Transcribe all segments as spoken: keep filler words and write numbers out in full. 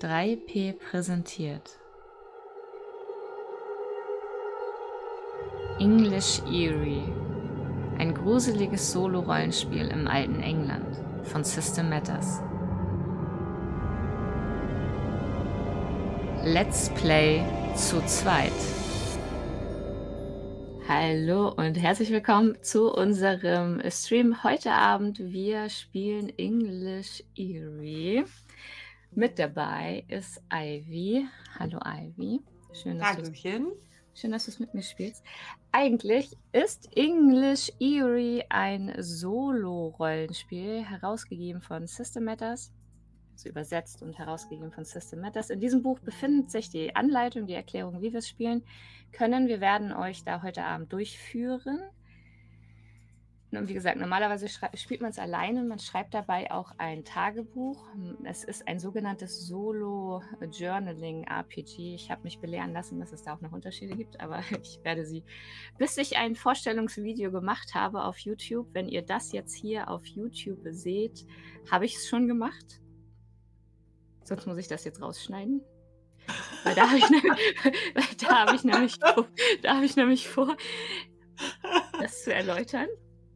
drei P präsentiert English Eerie, ein gruseliges Solo-Rollenspiel im alten England von System Matters. Let's Play zu zweit. Hallo und herzlich willkommen zu unserem Stream heute Abend. Wir spielen English Eerie. Mit dabei ist Ivy. Hallo Ivy. Schön, dass du Schön, dass du es mit mir spielst. Eigentlich ist English Eerie ein Solo-Rollenspiel, herausgegeben von System Matters, also übersetzt und herausgegeben von System Matters. In diesem Buch befindet sich die Anleitung, die Erklärung, wie wir es spielen können. Wir werden euch da heute Abend durchführen. Und wie gesagt, normalerweise spielt man es alleine. Man schreibt dabei auch ein Tagebuch. Es ist ein sogenanntes Solo-Journaling-R P G. Ich habe mich belehren lassen, dass es da auch noch Unterschiede gibt, aber ich werde sie, bis ich ein Vorstellungsvideo gemacht habe auf YouTube, wenn ihr das jetzt hier auf YouTube seht, habe ich es schon gemacht. Sonst muss ich das jetzt rausschneiden. Weil da habe ich, nämlich, da habe ich, nämlich, da habe ich nämlich vor, das zu erläutern.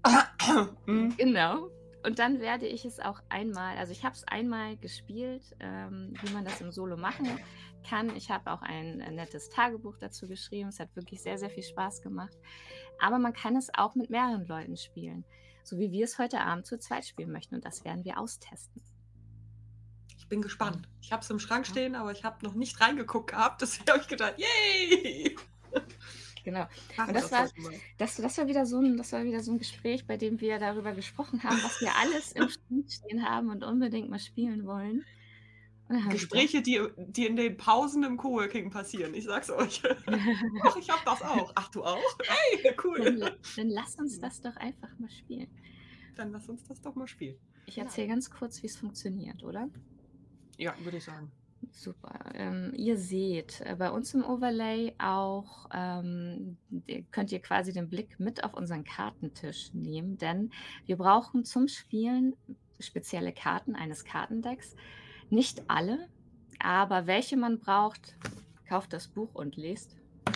Genau. Und dann werde ich es auch einmal, also ich habe es einmal gespielt, ähm, wie man das im Solo machen kann. Ich habe auch ein, ein nettes Tagebuch dazu geschrieben. Es hat wirklich sehr, sehr viel Spaß gemacht. Aber man kann es auch mit mehreren Leuten spielen, so wie wir es heute Abend zu zweit spielen möchten. Und das werden wir austesten. Ich bin gespannt. Ich habe es im Schrank stehen, aber ich habe noch nicht reingeguckt gehabt. Deswegen habe ich gedacht, yay! Genau. Und das, das, war, das, das, war wieder so ein, das war wieder so ein Gespräch, bei dem wir darüber gesprochen haben, was wir alles im Schrank stehen haben und unbedingt mal spielen wollen. Gespräche, die, die in den Pausen im Coworking passieren. Ich sag's euch. Ach, ich hab das auch. Ach, du auch? Hey, cool. Dann, dann lass uns das doch einfach mal spielen. Dann lass uns das doch mal spielen. Ich erzähle ja. ganz kurz, wie es funktioniert, oder? Ja, würde ich sagen. Super. Ähm, ihr seht äh, bei uns im Overlay auch, ähm, könnt ihr quasi den Blick mit auf unseren Kartentisch nehmen, denn wir brauchen zum Spielen spezielle Karten eines Kartendecks. Nicht alle, aber welche man braucht, kauft das Buch und lest.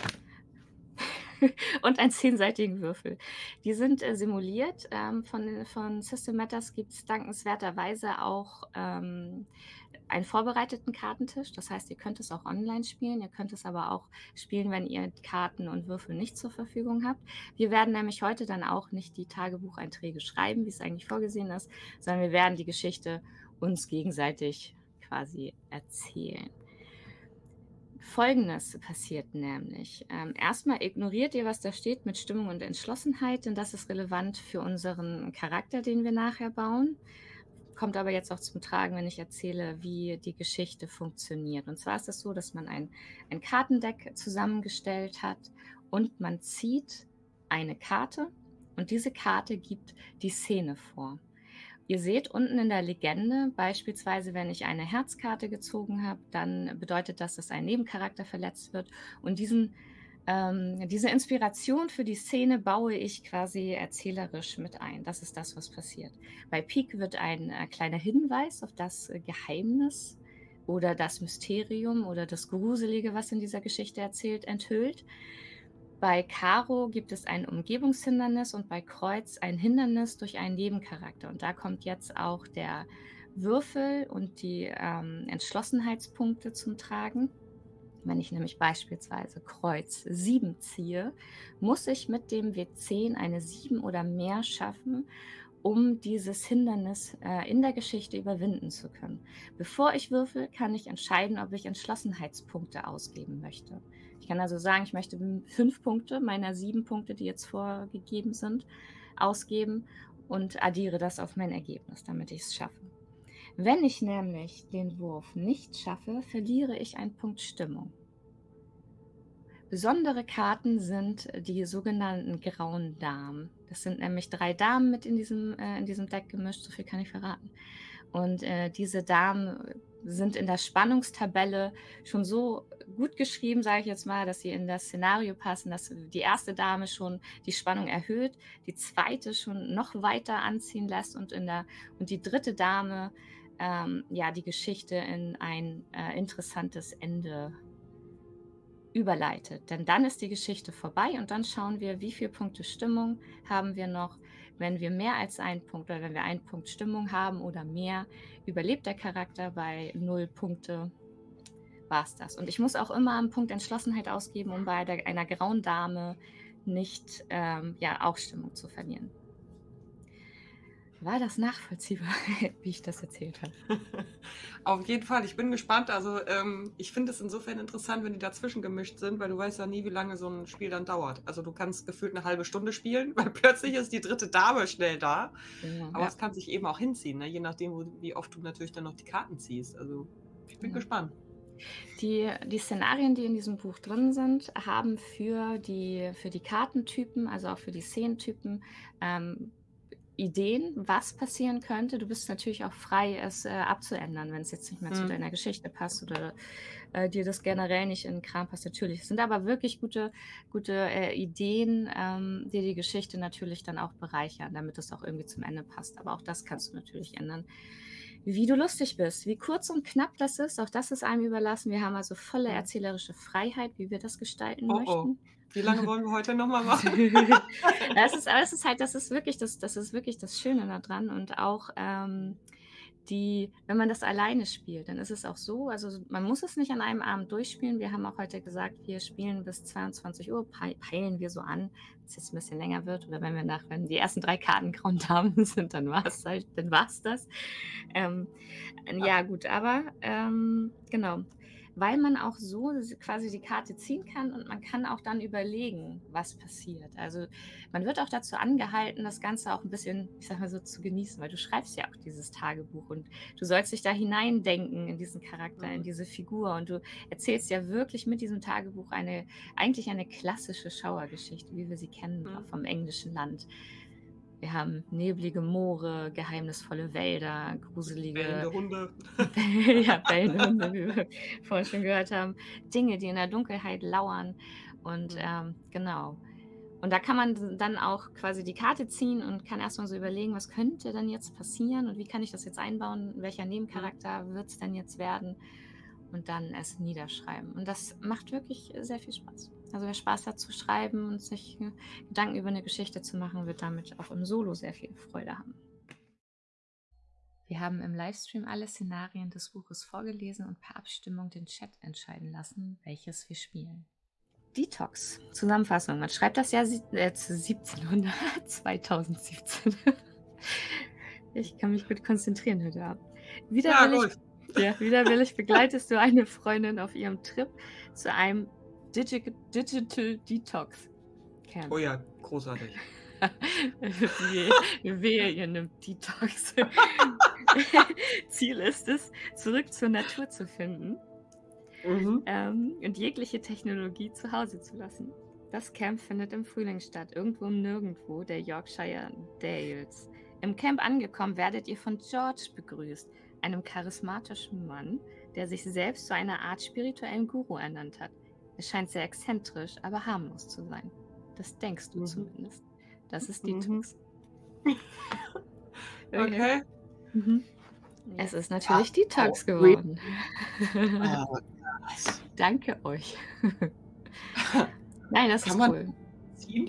Und einen zehnseitigen Würfel. Die sind äh, simuliert. Ähm, von, von System Matters gibt es dankenswerterweise auch ähm, einen vorbereiteten Kartentisch. Das heißt, ihr könnt es auch online spielen. Ihr könnt es aber auch spielen, wenn ihr Karten und Würfel nicht zur Verfügung habt. Wir werden nämlich heute dann auch nicht die Tagebucheinträge schreiben, wie es eigentlich vorgesehen ist, sondern wir werden die Geschichte uns gegenseitig quasi erzählen. Folgendes passiert nämlich. Ähm, erstmal ignoriert ihr, was da steht mit Stimmung und Entschlossenheit, denn das ist relevant für unseren Charakter, den wir nachher bauen. Kommt aber jetzt auch zum Tragen, wenn ich erzähle, wie die Geschichte funktioniert. Und zwar ist es so, dass man ein, ein Kartendeck zusammengestellt hat und man zieht eine Karte und diese Karte gibt die Szene vor. Ihr seht unten in der Legende, beispielsweise, wenn ich eine Herzkarte gezogen habe, dann bedeutet das, dass ein Nebencharakter verletzt wird. Und diesen, ähm, diese Inspiration für die Szene baue ich quasi erzählerisch mit ein. Das ist das, was passiert. Bei Pik wird ein äh, kleiner Hinweis auf das äh, Geheimnis oder das Mysterium oder das Gruselige, was in dieser Geschichte erzählt, enthüllt. Bei Karo gibt es ein Umgebungshindernis und bei Kreuz ein Hindernis durch einen Nebencharakter. Und da kommt jetzt auch der Würfel und die ähm, Entschlossenheitspunkte zum Tragen. Wenn ich nämlich beispielsweise Kreuz sieben ziehe, muss ich mit dem W zehn eine sieben oder mehr schaffen, um dieses Hindernis äh, in der Geschichte überwinden zu können. Bevor ich würfel, kann ich entscheiden, ob ich Entschlossenheitspunkte ausgeben möchte. Ich kann also sagen, ich möchte fünf Punkte meiner sieben Punkte, die jetzt vorgegeben sind, ausgeben und addiere das auf mein Ergebnis, damit ich es schaffe. Wenn ich nämlich den Wurf nicht schaffe, verliere ich einen Punkt Stimmung. Besondere Karten sind die sogenannten grauen Damen. Das sind nämlich drei Damen mit in diesem, äh, in diesem Deck gemischt, so viel kann ich verraten. Und äh, diese Damen sind in der Spannungstabelle schon so gut geschrieben, sage ich jetzt mal, dass sie in das Szenario passen, dass die erste Dame schon die Spannung erhöht, die zweite schon noch weiter anziehen lässt und, in der, und die dritte Dame ähm, ja, die Geschichte in ein, äh, interessantes Ende überleitet. Denn dann ist die Geschichte vorbei und dann schauen wir, wie viel Punkte Stimmung haben wir noch. Wenn wir mehr als einen Punkt oder wenn wir einen Punkt Stimmung haben oder mehr, überlebt der Charakter. Bei null Punkte war's das. Und ich muss auch immer 'n Punkt Entschlossenheit ausgeben, um bei der einer grauen Dame nicht, ähm, ja, auch Stimmung zu verlieren. War das nachvollziehbar, wie ich das erzählt habe? Auf jeden Fall, ich bin gespannt. Also, ähm, ich finde es insofern interessant, wenn die dazwischen gemischt sind, weil du weißt ja nie, wie lange so 'n Spiel dann dauert. Also, du kannst gefühlt 'ne halbe Stunde spielen, weil plötzlich ist die dritte Dame schnell da. Genau, Aber ja. es kann sich eben auch hinziehen, ne, je nachdem, wo du wie oft du natürlich dann noch die Karten ziehst. Also, ich bin Ja. gespannt. Die die Szenarien, die in diesem Buch drin sind, haben für die für die Kartentypen, also auch für die Szenentypen, ähm, Ideen, was passieren könnte. Du bist natürlich auch frei, es, äh, abzuändern, wenn's jetzt nicht mehr zu Mhm. deiner Geschichte passt oder, äh, dir das generell nicht in 'n Kram passt. Natürlich, es sind aber wirklich gute gute, äh, Ideen, ähm, die die Geschichte natürlich dann auch bereichern, damit es auch irgendwie zum Ende passt. Aber auch das kannst du natürlich ändern, wie du lustig bist. Wie kurz und knapp das ist, auch das ist einem überlassen. Wir haben also volle Mhm. erzählerische Freiheit, wie wir das gestalten Oh, oh. möchten. Wie lange wollen wir heute noch mal machen? Das ist aber es ist halt das ist wirklich das das ist wirklich das Schöne da dran und auch, ähm, die wenn man das alleine spielt, dann ist es auch so also, s man muss es nicht an einem Abend durchspielen. Wir haben auch heute gesagt, wir spielen bis zweiundzwanzig Uhr, pei peilen wir so an. Wenn's jetzt 'n bisschen länger wird oder wenn wir nach wenn die ersten drei Karten grauen Damen sind, dann war's halt dann war's das. Ähm, Ja. ja gut, aber, ähm, genau, weil man auch so s quasi die Karte ziehen kann und man kann auch dann überlegen, was passiert. Also, man wird auch dazu angehalten, das Ganze auch 'n bisschen, ich sage mal so, zu genießen, weil du schreibst ja auch dieses Tagebuch und du sollst dich da hineindenken in diesen Charakter, in Mhm. diese Figur und du erzählst ja wirklich mit diesem Tagebuch eine eigentlich eine klassische Schauergeschichte, wie wir sie kennen, auch Mhm. vom englischen Land. Wir haben neblige Moore, geheimnisvolle Wälder, gruselige Bellende Hunde. ja, bellende Hunde, wie wir vorhin schon gehört haben, Dinge, die in der Dunkelheit lauern und, Mhm. ähm, genau. Und da kann man d dann auch quasi die Karte ziehen und kann erst mal so überlegen: „Was könnte denn jetzt passieren und wie kann ich das jetzt einbauen? Welcher Mhm. Nebencharakter wird's denn jetzt werden?“ Und dann es niederschreiben. Und das macht wirklich sehr viel Spaß. Also, wer Spaß hat zu schreiben und sich, hm, Gedanken über 'ne Geschichte zu machen, wird damit auch im Solo sehr viel Freude haben. Wir haben im Livestream alle Szenarien des Buches vorgelesen und per Abstimmung den Chat entscheiden lassen, welches wir spielen. Detox, Zusammenfassung. Man schreibt das Jahr sieb äh, siebzehnhundert, zweitausendsiebzehn. Ich kann mich gut konzentrieren heute Abend. Ja, Widerwillig gut. ja, widerwillig begleitest du eine Freundin auf ihrem Trip zu einem Digi Digital Detox Oh Camp. ja, großartig. Wehe wehe, ihr nimmt Detox. Ziel ist es, zurück zur Natur zu finden Mhm. ähm, und jegliche Technologie zu Hause zu lassen. Das Camp findet im Frühling statt, irgendwo im Nirgendwo der Yorkshire Dales. Im Camp angekommen, werdet ihr von George begrüßt, einem charismatischen Mann, der sich selbst zu einer Art spirituellen Guru ernannt hat. Er scheint sehr exzentrisch, aber harmlos zu sein. Das denkst du Mhm. zumindest. Das ist Mhm. Detox. Okay. Okay. Mhm. Ja. Es ist natürlich Oh, Detox re geworden. Oh Gott. Danke euch. Nein, das Kann ist man cool. ziehen?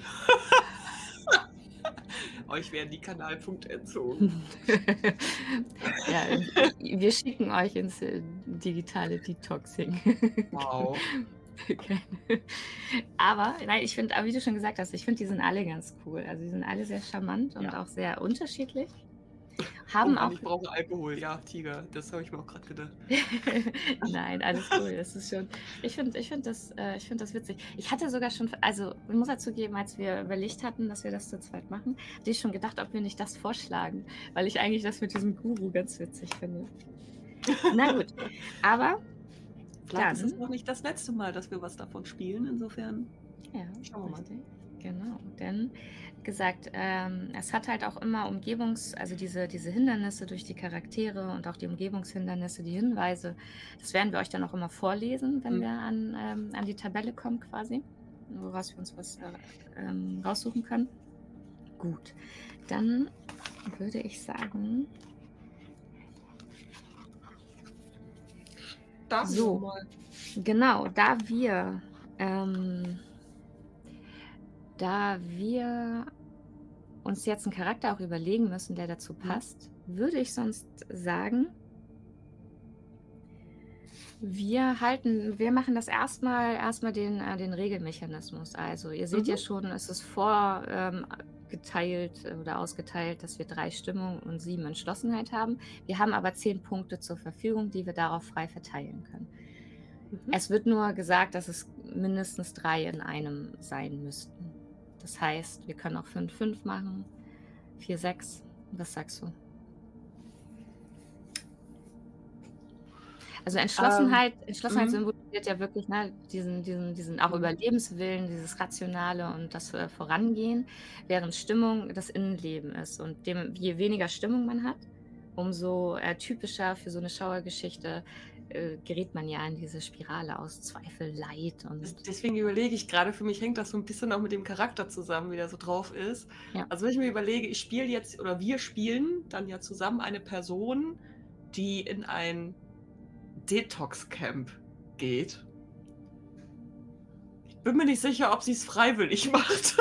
Euch werden die Kanalpunkte entzogen. Ja, i i wir schicken euch ins, äh, digitale Detoxing. Wow. Gerne. Aber nein, ich finde aber wie du schon gesagt hast, ich finde, die sind alle ganz cool. Also, die sind alle sehr charmant und Ja. auch sehr unterschiedlich. Oh Haben Mann, auch ich brauche Alkohol. Ja, Tiger, das habe ich mir auch grad gedacht. Nein, alles cool. Es ist schon ich finde ich finde das äh, ich finde das witzig. Ich hatte sogar schon v also, ich muss ja zugeben, als wir überlegt hatten, dass wir das zu zweit machen, hatte ich schon gedacht, ob wir nicht das vorschlagen, weil ich eigentlich das mit diesem Guru ganz witzig finde. Na gut, aber Vielleicht ist es dann noch nicht das letzte Mal, dass wir was davon spielen. Insofern Ja, schauen wir mal. richtig, genau. Denn gesagt, ähm, es hat halt auch immer Umgebungs also, diese diese Hindernisse durch die Charaktere und auch die Umgebungshindernisse, die Hinweise, das werden wir euch dann auch immer vorlesen, wenn Mhm. wir an ähm, an die Tabelle kommen quasi, woraus wir uns was, äh, ähm, raussuchen können. Gut, dann würde ich sagen Starten wir So, mal. genau, da wir, ähm da wir uns jetzt 'n Charakter auch überlegen müssen, der dazu Mhm. passt, würde ich sonst sagen wir halten wir machen das erst mal erst mal den äh, den Regelmechanismus. Also, ihr seht ja Mhm. schon, es ist vor ähm, geteilt oder ausgeteilt, dass wir drei Stimmung und sieben Entschlossenheit haben. Wir haben aber zehn Punkte zur Verfügung, die wir darauf frei verteilen können. Mhm. Es wird nur gesagt, dass es mindestens drei in einem sein müssten. Das heißt, wir können auch fünf fünf machen, vier sechs. Was sagst du? Also, Ähm, Entschlossenheit Entschlossenheit mhm. symbolisiert ja wirklich, ne, diesen diesen diesen auch Mhm. Überlebenswillen, dieses Rationale und das, äh, Vorangehen, während Stimmung das Innenleben ist. Und dem je weniger Stimmung man hat, umso, äh, typischer für so 'ne Schauergeschichte, äh, gerät man ja in diese Spirale aus Zweifel, Leid Des und deswegen überlege ich grade, für mich hängt das so 'n bisschen auch mit dem Charakter zusammen, wie der so drauf ist. Ja. Also, wenn ich mir überlege, ich spiele jetzt oder wir spielen dann ja zusammen eine Person, die in ein Detox-Camp geht. Ich bin mir nicht sicher, ob sie's freiwillig macht.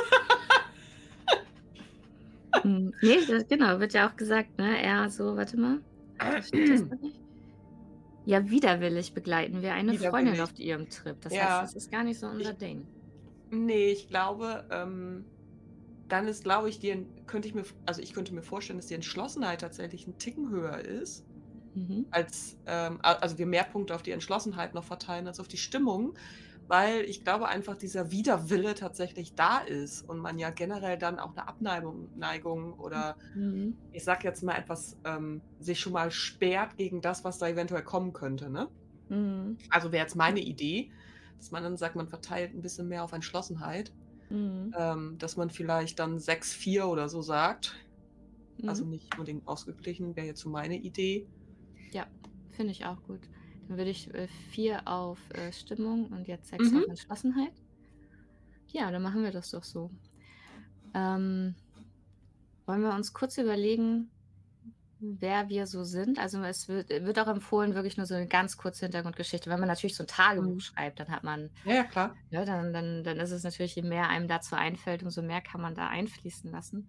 Hm, ne, das genau, wird ja auch gesagt, ne? Eher so warte mal, wo steht das denn nicht? Ja, widerwillig begleiten wir eine Freundin Widerwillig. auf ihrem Trip. Das heißt, Ja, das ist gar nicht so unser ich Ding. ne, ich glaube, ähm, dann ist, glaube ich, die Ent könnte ich mir v also, ich könnte mir vorstellen, dass die Entschlossenheit tatsächlich 'n Ticken höher ist Mhm. als, ähm a also, wir mehr Punkte auf die Entschlossenheit noch verteilen als auf die Stimmung, weil ich glaube einfach, dieser Widerwille tatsächlich da ist und man ja generell dann auch 'ne Abneigung Neigung Hm, oder mhm. ich sage jetzt mal etwas, ähm sich schon mal sperrt gegen das, was da eventuell kommen könnte, ne? Mhm. Also, wäre jetzt meine Idee, dass man dann sagt, man verteilt 'n bisschen mehr auf Entschlossenheit, Mhm. ähm, dass man vielleicht dann sechs vier oder so sagt. Also, Mhm. nicht unbedingt ausgeglichen, wäre jetzt so meine Idee. Ja, finde ich auch gut. Dann würde ich, äh, vier auf, äh, Stimmung und jetzt sechs auf Mhm. Entschlossenheit. Ja, dann machen wir das doch so. Ähm wollen wir uns kurz überlegen, wer wir so sind? Also, es wird wird auch empfohlen, wirklich nur so 'ne ganz kurze Hintergrundgeschichte. Wenn man natürlich so 'n Tagebuch Mhm. schreibt, dann hat man Ja, ja, klar. ne, dann dann dann ist es natürlich je mehr einem dazu einfällt, umso mehr kann man da einfließen lassen.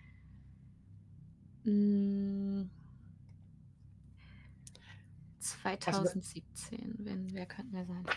Hm Also, we zweitausendsiebzehn, wen wer könnten wir sein?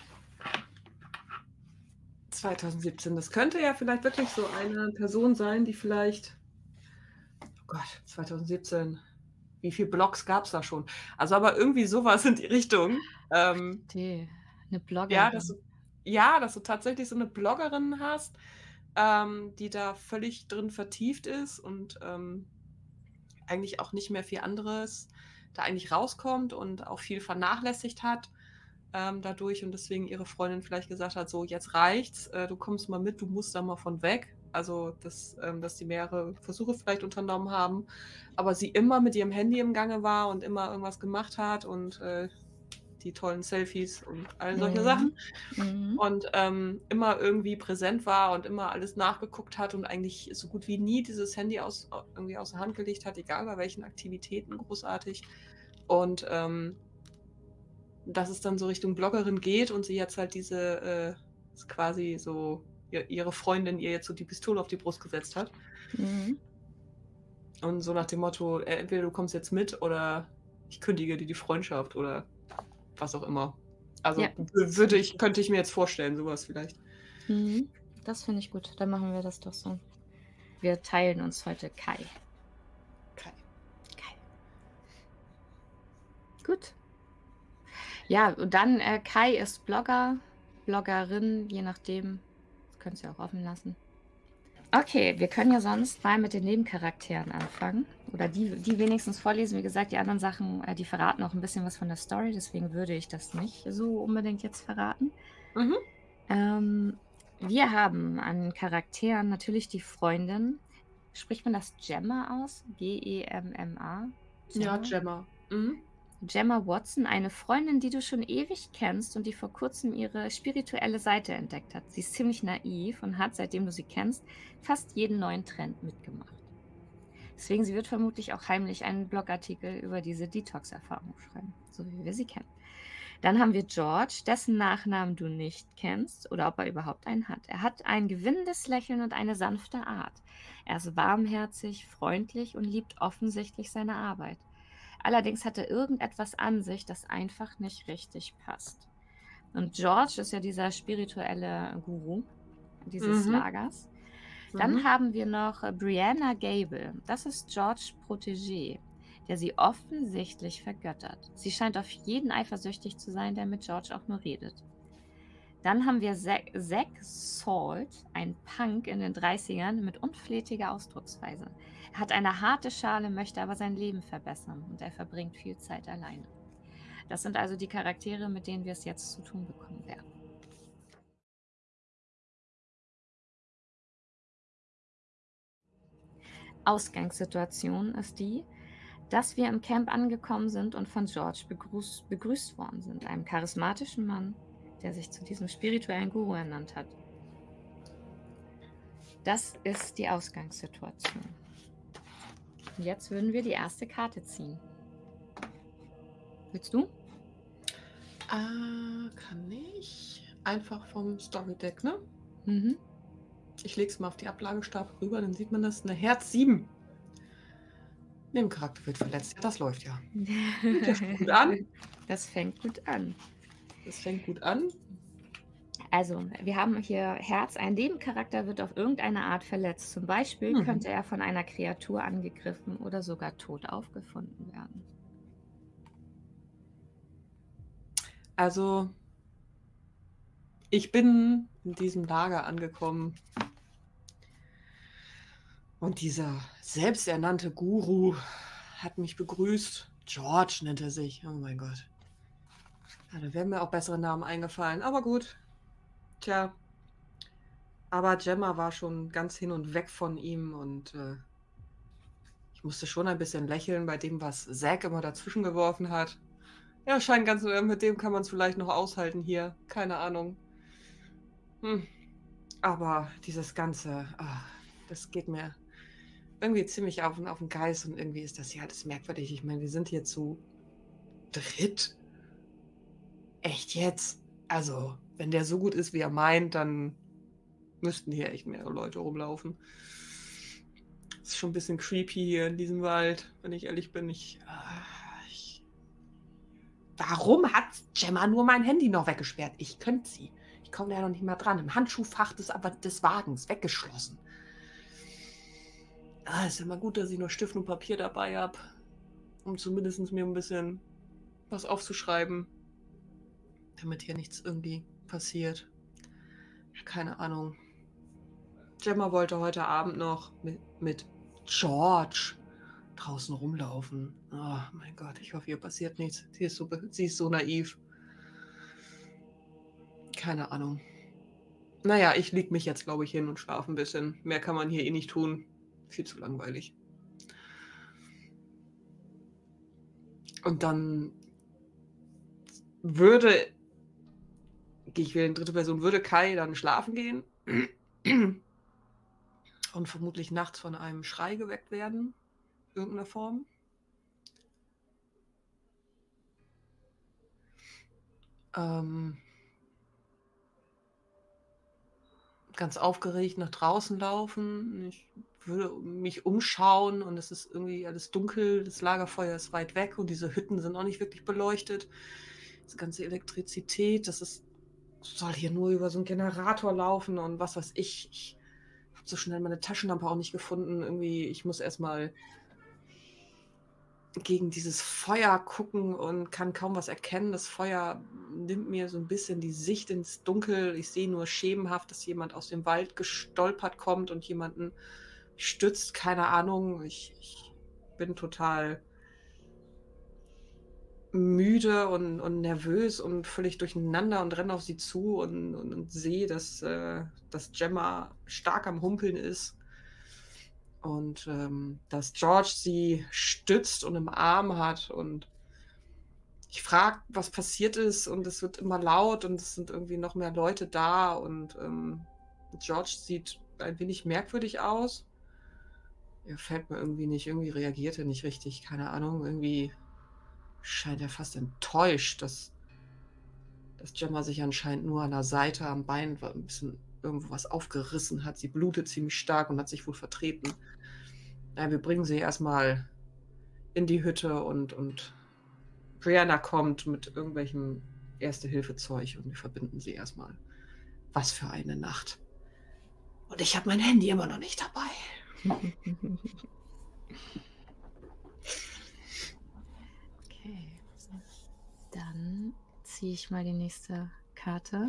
zweitausendsiebzehn, das könnte ja vielleicht wirklich so eine Person sein, die vielleicht oh Gott, zweitausendsiebzehn, wie viel Blogs gab's da schon? Also, aber irgendwie so was in die Richtung. Ähm Idee, 'ne Ja, dass Bloggerin. du ja, dass du tatsächlich so 'ne Bloggerin hast, ähm, die da völlig drin vertieft ist und, ähm, eigentlich auch nicht mehr viel anderes da eigentlich rauskommt und auch viel vernachlässigt hat, ähm, dadurch und deswegen ihre Freundin vielleicht gesagt hat: „So, jetzt reicht's, äh, du kommst mal mit, du musst da mal von weg.“ Also, dass ähm, dass die mehrere Versuche vielleicht unternommen haben, aber sie immer mit ihrem Handy im Gange war und immer irgendwas gemacht hat und, äh, die tollen Selfies und all solche Mhm. Sachen Mhm. und, ähm, immer irgendwie präsent war und immer alles nachgeguckt hat und eigentlich so gut wie nie dieses Handy aus a irgendwie aus der Hand gelegt hat, egal bei welchen Aktivitäten großartig. Und, ähm dass es dann so Richtung Bloggerin geht und sie jetzt halt diese, äh s quasi so ihr ihre Freundin ihr jetzt so die Pistole auf die Brust gesetzt hat. Mhm. Und so nach dem Motto: „E entweder du kommst jetzt mit oder ich kündige dir die Freundschaft“, oder was auch immer. Ja, Also, w das würde finde ich ich gut. könnte ich mir jetzt vorstellen, so was vielleicht. Mhm. Das finde ich gut. Dann machen wir das doch so. Wir teilen uns heute Kai. Kai. Kai. Gut. Ja, und dann, äh, Kai ist Blogger, Bloggerin, je nachdem. Das könntest du ja auch offen lassen. Okay, wir können ja sonst mal mit den Nebencharakteren anfangen oder die die wenigstens vorlesen. Wie gesagt, die anderen Sachen, äh, die verraten auch 'n bisschen was von der Story, deswegen würde ich das nicht so unbedingt jetzt verraten. Mhm. Ähm, wir haben an Charakteren natürlich die Freundin. Spricht man das Gemma aus? G E M M A? Ja, Gemma? Gemma. Mhm. Gemma Watson, eine Freundin, die du schon ewig kennst und die vor Kurzem ihre spirituelle Seite entdeckt hat. Sie ist ziemlich naiv und hat, seitdem du sie kennst, fast jeden neuen Trend mitgemacht. Deswegen sie wird vermutlich auch heimlich einen Blogartikel über diese Detox-Erfahrung schreiben, so wie wir sie kennen. Dann haben wir George, dessen Nachnamen du nicht kennst oder ob er überhaupt einen hat. Er hat ein gewinnendes Lächeln und eine sanfte Art. Er ist warmherzig, freundlich und liebt offensichtlich seine Arbeit. Allerdings hat er irgendetwas an sich, das einfach nicht richtig passt. Und George ist ja dieser spirituelle Guru dieses Mhm. Lagers. Dann Mhm. haben wir noch äh, Brianna Gable. Das ist Georges Protégé, der sie offensichtlich vergöttert. Sie scheint auf jeden eifersüchtig zu sein, der mit George auch nur redet. Dann haben wir Zack, Zack Salt, ein Punk in den Dreißigern mit unflätiger Ausdrucksweise. Er hat eine harte Schale, möchte aber sein Leben verbessern und er verbringt viel Zeit alleine. Das sind also die Charaktere, mit denen wir es jetzt zu tun bekommen werden. Ausgangssituation ist die, dass wir im Camp angekommen sind und von George begrüßt, begrüßt worden sind, einem charismatischen Mann, der sich zu diesem spirituellen Guru ernannt hat. Das ist die Ausgangssituation. Jetzt würden wir die erste Karte ziehen. Willst du? Äh, kann ich. Einfach vom Storydeck, ne? Mhm. Ich lege es mal auf die Ablagestapel rüber, dann sieht man das. Eine Herz sieben. Nebencharakter wird verletzt. Ja, das läuft ja. Fängt ja schon gut an. Das fängt gut an. Das fängt gut an. Also, wir haben hier Herz. Ein Nebencharakter wird auf irgendeine Art verletzt. Zum Beispiel Mhm. könnte er von einer Kreatur angegriffen oder sogar tot aufgefunden werden. Also, ich bin in diesem Lager angekommen und dieser selbsternannte Guru hat mich begrüßt. George nennt er sich. Oh mein Gott. Ja, da wären mir auch bessere Namen eingefallen. Aber gut. Tja. Aber Gemma war schon ganz hin und weg von ihm und äh, ich musste schon ein bisschen lächeln bei dem, was Zack immer dazwischen geworfen hat. Ja, scheint ganz, äh, mit dem kann man es vielleicht noch aushalten hier. Keine Ahnung. Hm. Aber dieses Ganze, ah, das geht mir irgendwie ziemlich auf, auf den Geist und irgendwie ist das ja alles merkwürdig. Ich meine, wir sind hier zu dritt. Echt jetzt? Also, wenn der so gut ist, wie er meint, dann müssten hier echt mehrere Leute rumlaufen. Ist schon ein bisschen creepy hier in diesem Wald, wenn ich ehrlich bin. Ich, ah, ich Warum hat Gemma nur mein Handy noch weggesperrt? Ich könnte sie. Ich komme da ja noch nicht mal dran. Im Handschuhfach des, aber des Wagens weggeschlossen. Ah, ist ja mal gut, dass ich noch Stift und Papier dabei habe, um zumindest mir ein bisschen was aufzuschreiben, damit hier nichts irgendwie passiert. Keine Ahnung. Gemma wollte heute Abend noch mit, mit George draußen rumlaufen. Oh mein Gott, ich hoffe, ihr passiert nichts. Sie ist so, sie ist so naiv. Keine Ahnung. Naja, ich leg mich jetzt, glaube ich, hin und schlafe ein bisschen. Mehr kann man hier eh nicht tun. Viel zu langweilig. Und dann würde, gehe ich wieder in dritte Person, würde Kai dann schlafen gehen und vermutlich nachts von einem Schrei geweckt werden. Irgendeiner Form. Ähm, ganz aufgeregt nach draußen laufen. Ich würde mich umschauen und es ist irgendwie alles dunkel. Das Lagerfeuer ist weit weg und diese Hütten sind auch nicht wirklich beleuchtet. Diese ganze Elektrizität, das ist, soll hier nur über so einen Generator laufen und was weiß ich. Ich habe so schnell meine Taschenlampe auch nicht gefunden. Irgendwie, ich muss erstmal gegen dieses Feuer gucken und kann kaum was erkennen. Das Feuer nimmt mir so ein bisschen die Sicht ins Dunkel. Ich sehe nur schemenhaft, dass jemand aus dem Wald gestolpert kommt und jemanden stützt. Keine Ahnung. Ich, ich bin total müde und, und nervös und völlig durcheinander und renne auf sie zu und, und, und sehe, dass, äh, dass Gemma stark am Humpeln ist. Und ähm, dass George sie stützt und im Arm hat und ich frage, was passiert ist und es wird immer laut und es sind irgendwie noch mehr Leute da und ähm, George sieht ein wenig merkwürdig aus. Er fällt mir irgendwie nicht, irgendwie reagiert er nicht richtig, keine Ahnung, irgendwie scheint er fast enttäuscht, dass dass Gemma sich anscheinend nur an der Seite am Bein wa- ein bisschen irgendwo was aufgerissen hat. Sie blutet ziemlich stark und hat sich wohl vertreten. Ja, wir bringen sie erstmal in die Hütte und, und Brianna kommt mit irgendwelchem Erste-Hilfe-Zeug und wir verbinden sie erstmal. Was für eine Nacht. Und ich habe mein Handy immer noch nicht dabei. Okay, dann ziehe ich mal die nächste Karte.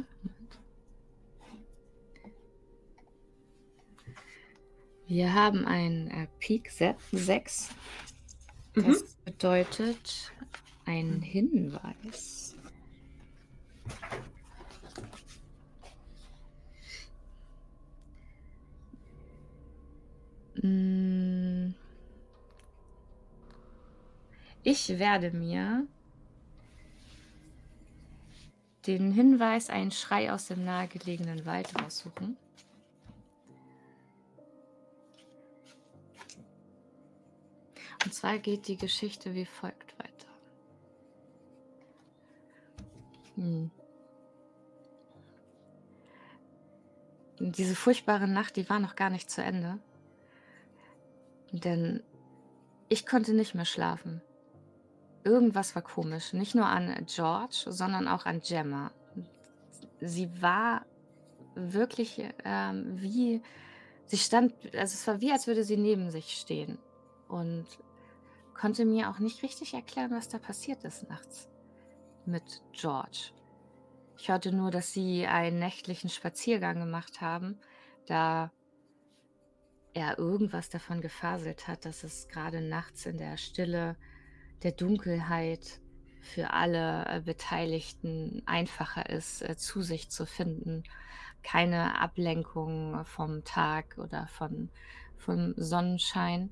Wir haben ein äh, Pik sechs. Das Mhm. bedeutet ein Hinweis. Mm. Ich werde mir den Hinweis "Ein Schrei aus dem nahegelegenen Wald" raussuchen. Und zwar geht die Geschichte wie folgt weiter. Hm. Diese furchtbare Nacht, die war noch gar nicht zu Ende. Denn ich konnte nicht mehr schlafen. Irgendwas war komisch. Nicht nur an George, sondern auch an Gemma. Sie war wirklich ähm, wie, sie stand, also es war wie, als würde sie neben sich stehen. Und konnte mir auch nicht richtig erklären, was da passiert ist nachts mit George. Ich hörte nur, dass sie einen nächtlichen Spaziergang gemacht haben, da er irgendwas davon gefaselt hat, dass es gerade nachts in der Stille der Dunkelheit für alle äh, Beteiligten einfacher ist, äh, zu sich zu finden. Keine Ablenkung vom Tag oder von vom Sonnenschein.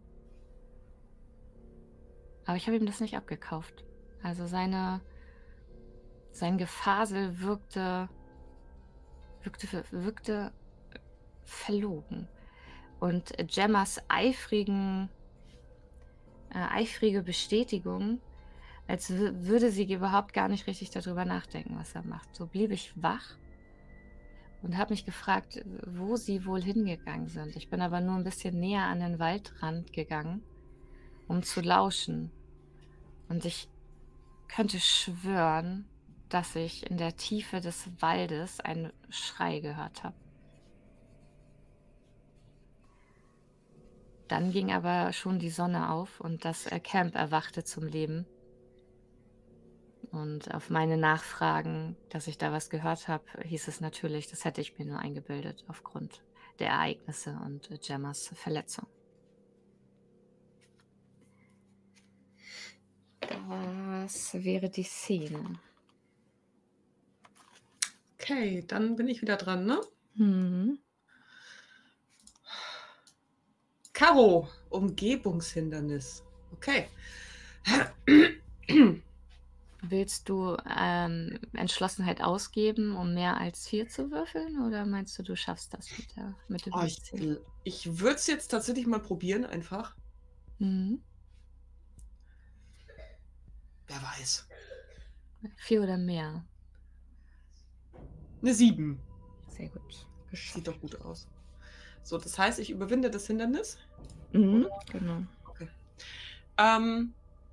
Aber ich habe ihm das nicht abgekauft. Also seine sein Gefasel wirkte wirkte wirkte verlogen. Und Gemmas eifrigen äh, eifrige Bestätigung, als wü würde sie überhaupt gar nicht richtig darüber nachdenken, was er macht. So blieb ich wach und habe mich gefragt, wo sie wohl hingegangen sind. Ich bin aber nur ein bisschen näher an den Waldrand gegangen, um zu lauschen. Und ich könnte schwören, dass ich in der Tiefe des Waldes einen Schrei gehört habe. Dann ging aber schon die Sonne auf und das, äh, Camp erwachte zum Leben. Und auf meine Nachfragen, dass ich da was gehört habe, hieß es natürlich, das hätte ich mir nur eingebildet aufgrund der Ereignisse und, äh, Gemmas Verletzung. Das wäre die Szene. Okay, dann bin ich wieder dran, ne? Mhm. Karo, Umgebungshindernis. Okay. Willst du, ähm, Entschlossenheit ausgeben, um mehr als vier zu würfeln, oder meinst du, du schaffst das mit der mit dem Oh, ich W zehn? gl ich würde es jetzt tatsächlich mal probieren einfach. Mhm. Wer weiß. vier oder mehr. Eine sieben. Sehr gut, Sieht doch geschafft. gut aus. So, das heißt, ich überwinde das Hindernis? Mhm, Oder? genau. Okay. Ähm,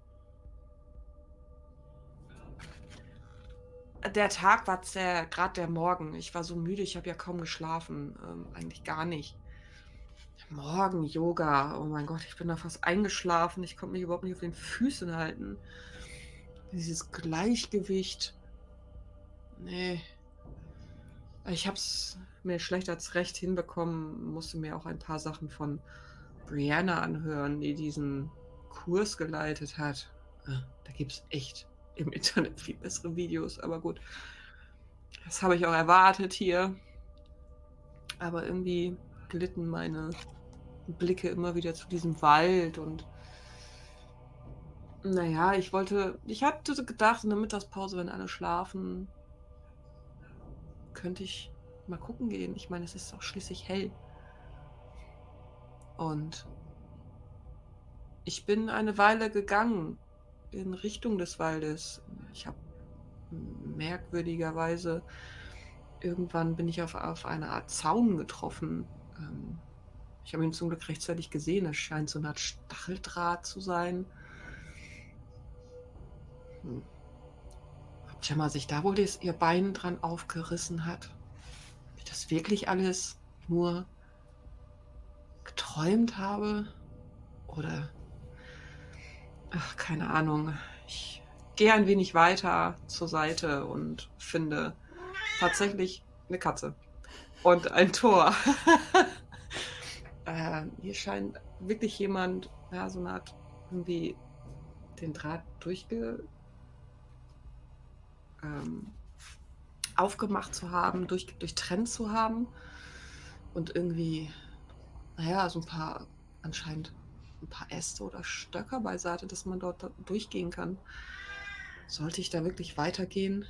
der Tag war sehr grad der Morgen. Ich war so müde, ich habe ja kaum geschlafen, ähm, eigentlich gar nicht. Morgen-Yoga, oh mein Gott, ich bin da fast eingeschlafen. Ich konnte mich überhaupt nicht auf den Füßen halten. Dieses Gleichgewicht. Ne. Ich habe es mir schlecht als recht hinbekommen, musste mir auch ein paar Sachen von Brianna anhören, die diesen Kurs geleitet hat. Ah, da gibt's echt im Internet viel bessere Videos, aber gut. Das habe ich auch erwartet hier. Aber irgendwie glitten meine Blicke immer wieder zu diesem Wald und na ja, ich wollte ich hatte so gedacht, in der Mittagspause, wenn alle schlafen, könnte ich mal gucken gehen. Ich meine, es ist doch schließlich hell. Und ich bin eine Weile gegangen in Richtung des Waldes. Ich habe merkwürdigerweise irgendwann bin ich auf, auf eine Art Zaun getroffen. Ähm, ich habe ihn zum Glück rechtzeitig gesehen. Es scheint so eine Art Stacheldraht zu sein. Hm. Ob Gemma sich da wohl das, ihr Bein dran aufgerissen hat? Ob ich das wirklich alles nur geträumt habe? Oder, ach, keine Ahnung. Ich gehe ein wenig weiter zur Seite und finde tatsächlich eine Katze und ein Tor. äh, hier scheint wirklich jemand, ja, so eine Art irgendwie den Draht durchge ähm, aufgemacht zu haben, durch, durchtrennt zu haben und irgendwie, naja, so ein paar, anscheinend ein paar Äste oder Stöcker beiseite, dass man dort durchgehen kann. Sollte ich da wirklich weitergehen?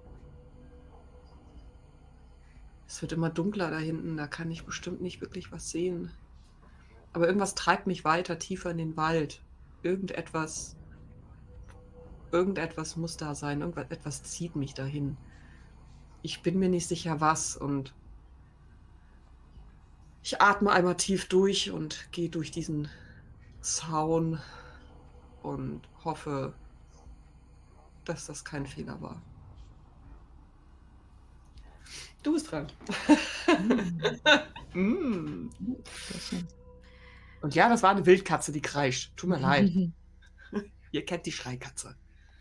Es wird immer dunkler da hinten, da kann ich bestimmt nicht wirklich was sehen. Aber irgendwas treibt mich weiter, tiefer in den Wald. Irgendetwas, irgendetwas muss da sein, irgendetwas zieht mich dahin. Ich bin mir nicht sicher, was, und ich atme einmal tief durch und gehe durch diesen Zaun und hoffe, dass das kein Fehler war. Du bist dran. Mm. Mm. Sehr schön. Und ja, das war eine Wildkatze, die kreischt. Tut mir leid. Ihr kennt die Schreikatze.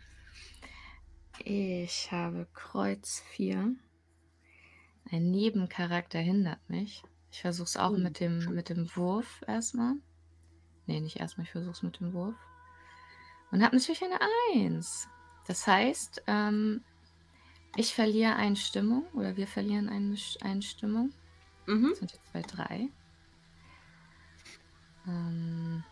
Ich habe Kreuz vier. Ein Nebencharakter hindert mich. Ich versuche es auch Hm. mit dem, mit dem Wurf erstmal. Nee, nicht erstmal, ich versuche es mit dem Wurf. Und habe natürlich eine Eins. Das heißt, ähm, ich verliere eine Stimmung oder wir verlieren eine, eine Stimmung. Mhm. Das sind jetzt bei drei. Ähm,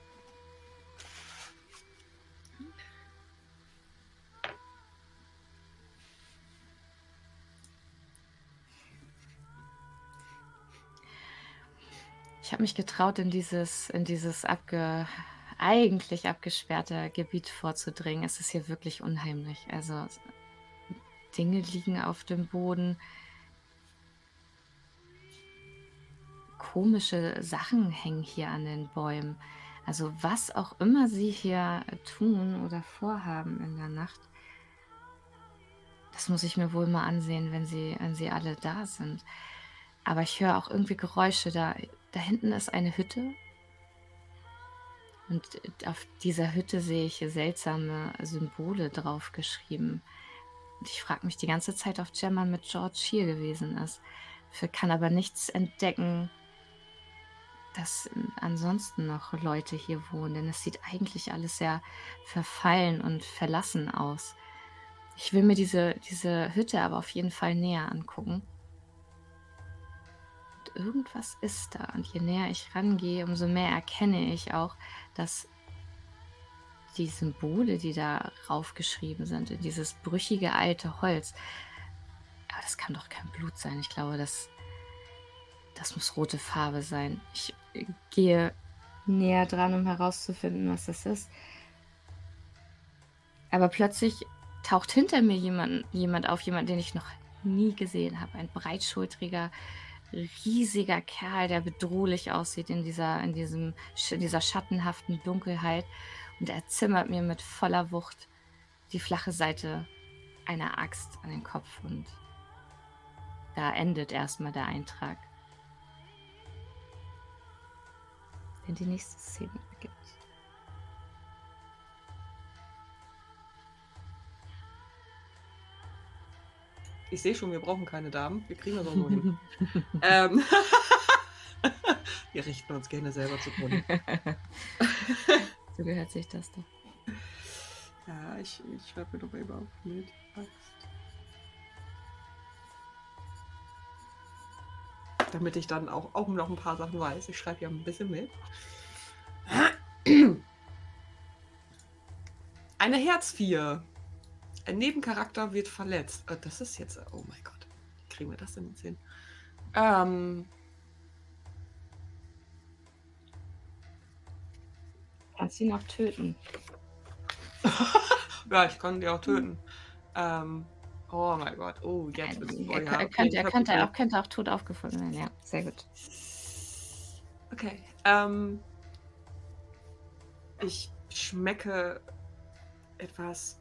ich habe mich getraut, in dieses, in dieses abge, eigentlich abgesperrte Gebiet vorzudringen. Es ist hier wirklich unheimlich. Also Dinge liegen auf dem Boden. Komische Sachen hängen hier an den Bäumen. Also was auch immer sie hier tun oder vorhaben in der Nacht, das muss ich mir wohl mal ansehen, wenn sie, wenn sie alle da sind. Aber ich höre auch irgendwie Geräusche. Da, da hinten ist eine Hütte. Und auf dieser Hütte sehe ich seltsame Symbole drauf geschrieben. Und ich frage mich die ganze Zeit, ob Gemma mit George hier gewesen ist. Ich kann aber nichts entdecken, dass ansonsten noch Leute hier wohnen, denn es sieht eigentlich alles sehr verfallen und verlassen aus. Ich will mir diese, diese Hütte aber auf jeden Fall näher angucken. Und irgendwas ist da. Und je näher ich rangehe, umso mehr erkenne ich auch, dass die Symbole, die da raufgeschrieben sind, in dieses brüchige alte Holz, aber das kann doch kein Blut sein. Ich glaube, das, das muss rote Farbe sein. Ich äh, gehe näher dran, um herauszufinden, was das ist. Aber plötzlich taucht hinter mir jemand, jemand auf, jemand, den ich noch nie gesehen habe. Ein breitschultriger, riesiger Kerl, der bedrohlich aussieht in dieser, in diesem, in dieser schattenhaften Dunkelheit. Und er zimmert mir mit voller Wucht die flache Seite einer Axt an den Kopf. Und da endet erstmal der Eintrag. Denn die nächste Szene beginnt. Ich sehe schon, wir brauchen keine Damen. Wir kriegen das auch nur hin. ähm, wir richten uns gerne selber zugrunde. So gehört sich das doch. Ja, ich, ich schreibe mir doch eben auf mit Axt. Damit ich dann auch, auch noch ein paar Sachen weiß. Ich schreibe ja ein bisschen mit. Eine Herz vier. Ein Nebencharakter wird verletzt. Das ist jetzt... Oh mein Gott. Wie kriegen wir das denn jetzt hin? Ähm... Kannst ihn auch töten. Ja, ich kann die auch töten. Ähm, oh mein Gott. Oh, jetzt wird's Ähm, oh er ja, kö okay, könnte ich er habe könnte Idee. auch könnte auch tot aufgefunden werden, ja, sehr gut. Okay, ähm ich schmecke etwas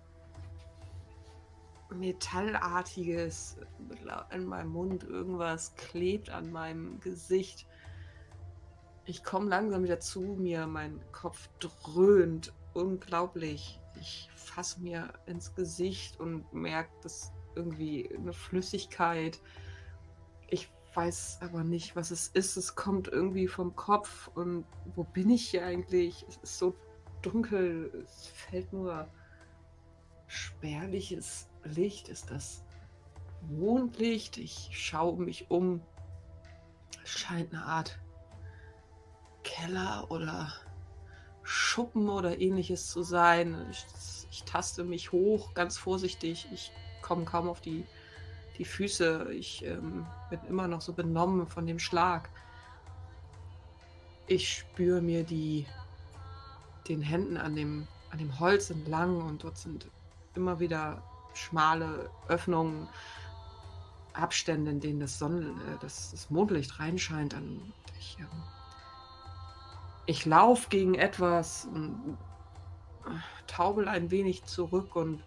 Metallartiges in meinem Mund. Irgendwas klebt an meinem Gesicht. Ich komme langsam wieder zu mir. Mein Kopf dröhnt unglaublich. Ich fasse mir ins Gesicht und merke, dass irgendwie 'ne Flüssigkeit ich weiß aber nicht, was es ist. Es kommt irgendwie vom Kopf und wo bin ich hier eigentlich? Es ist so dunkel, es fällt nur spärliches Licht. Ist das Mondlicht? Ich schaue um mich um. Es scheint 'ne Art Keller oder Schuppen oder Ähnliches zu sein. Ich ich taste mich hoch, ganz vorsichtig. Ich komme kaum auf die die Füße. Ich, ähm, bin immer noch so benommen von dem Schlag. Ich spüre mir die den Händen an dem an dem Holz entlang und dort sind immer wieder schmale Öffnungen, Abstände, in denen das Sonnen äh, das das Mondlicht reinscheint. Und ich, ähm ich laufe gegen etwas und taumele ein wenig zurück und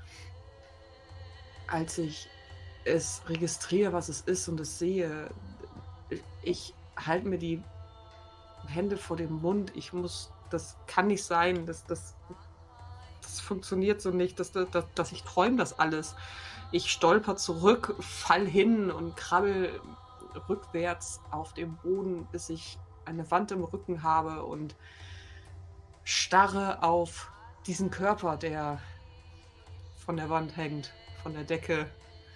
als ich es registriere, was es ist und es sehe, i ich halte mir die Hände vor dem Mund. Ich muss das kann nicht sein, das das das funktioniert so nicht, dass da dass dass ich träume das alles. Ich stolpere zurück, falle hin und krabbele rückwärts auf dem Boden, bis ich eine Wand im Rücken habe und starre auf diesen Körper, der von der Wand hängt, von der Decke.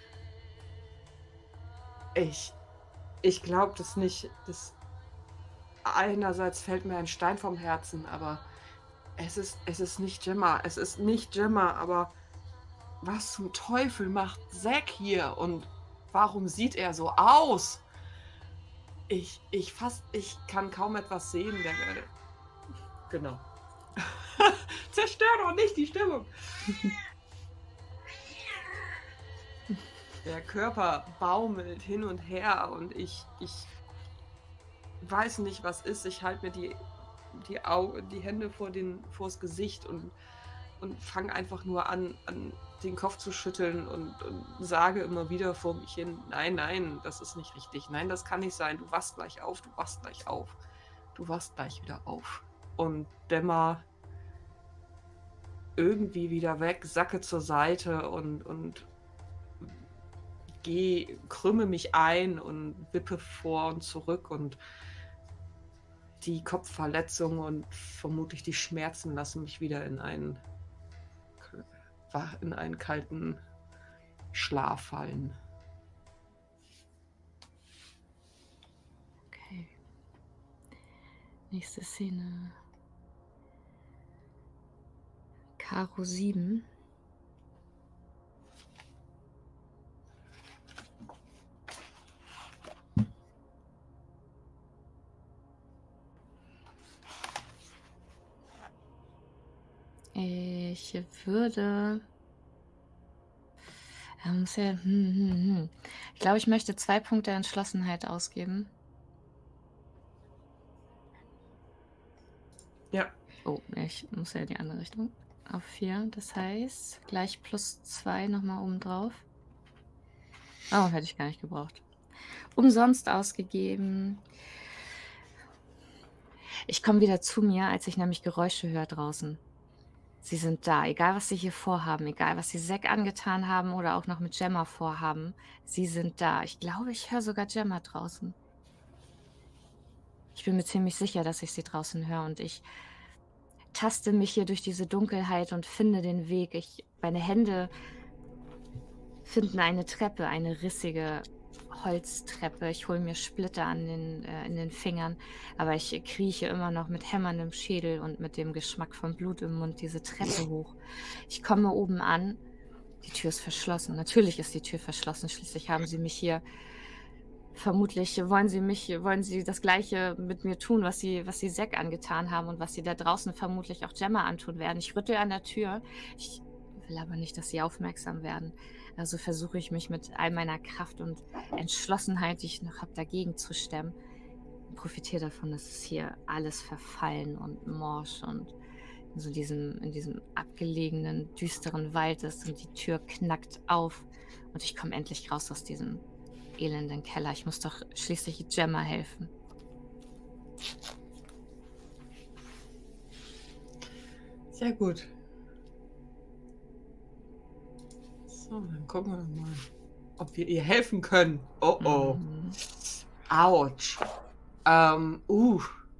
Ich ich glaube das nicht, das einerseits fällt mir ein Stein vom Herzen, aber es ist es ist nicht Gemma. Es ist nicht Gemma, aber was zum Teufel macht Zack hier und warum sieht er so aus? Ich ich fast ich kann kaum etwas sehen, der äh, genau. Zerstör doch nicht die Stimmung. Der Körper baumelt hin und her und ich ich weiß nicht, was ist. Ich halte mir die die Au die Hände vor den vors Gesicht und und fange einfach nur an an den Kopf zu schütteln und und sage immer wieder vor mich hin: „Nein, nein, das ist nicht richtig. Nein, das kann nicht sein. Du wachst gleich auf, du wachst gleich auf. Du wachst gleich wieder auf.“ Und dämmer irgendwie wieder weg, sacke zur Seite und und gehe krümme mich ein und wippe vor und zurück und die Kopfverletzung und vermutlich die Schmerzen lassen mich wieder in einen k wach in einen kalten Schlaf fallen. Okay. Nächste Szene. Karo sieben. Ich würde er muss ja hm, hm, hm. Ich glaube, ich möchte zwei Punkte Entschlossenheit ausgeben. Ja. Oh, ich muss ja in die andere Richtung. Auf vier. Das heißt, gleich plus zwei noch mal obendrauf. Oh, hätte ich gar nicht gebraucht. Umsonst ausgegeben. Ich komme wieder zu mir, als ich nämlich Geräusche höre draußen. Sie sind da, egal was sie hier vorhaben, egal was sie Zack angetan haben oder auch noch mit Gemma vorhaben. Sie sind da. Ich glaube, ich höre sogar Gemma draußen. Ich bin mir ziemlich sicher, dass ich sie draußen höre und ich taste mich hier durch diese Dunkelheit und finde den Weg. Ich meine Hände finden eine Treppe, eine rissige Holztreppe. Ich hole mir Splitter an den äh, in den Fingern, aber ich krieche immer noch mit hämmerndem Schädel und mit dem Geschmack von Blut im Mund diese Treppe hoch. Ich komme oben an. Die Tür ist verschlossen. Natürlich ist die Tür verschlossen. Schließlich haben sie mich hier vermutlich wollen sie mich wollen sie das Gleiche mit mir tun, was sie was sie Zack angetan haben und was sie da draußen vermutlich auch Gemma antun werden. Ich rüttle an der Tür. Ich will aber nicht, dass sie aufmerksam werden. Also versuche ich mich mit all meiner Kraft und Entschlossenheit, die ich noch habe, dagegen zu stemmen. Und profitiere davon, dass es hier alles verfallen und morsch und in so diesem in diesem abgelegenen, düsteren Wald ist und die Tür knackt auf und ich komme endlich raus aus diesem elenden Keller. Ich muss doch schließlich Gemma helfen. Sehr gut. So, dann gucken wir doch mal, ob wir ihr helfen können. Oh oh. Mhm. Autsch. Ähm, uh.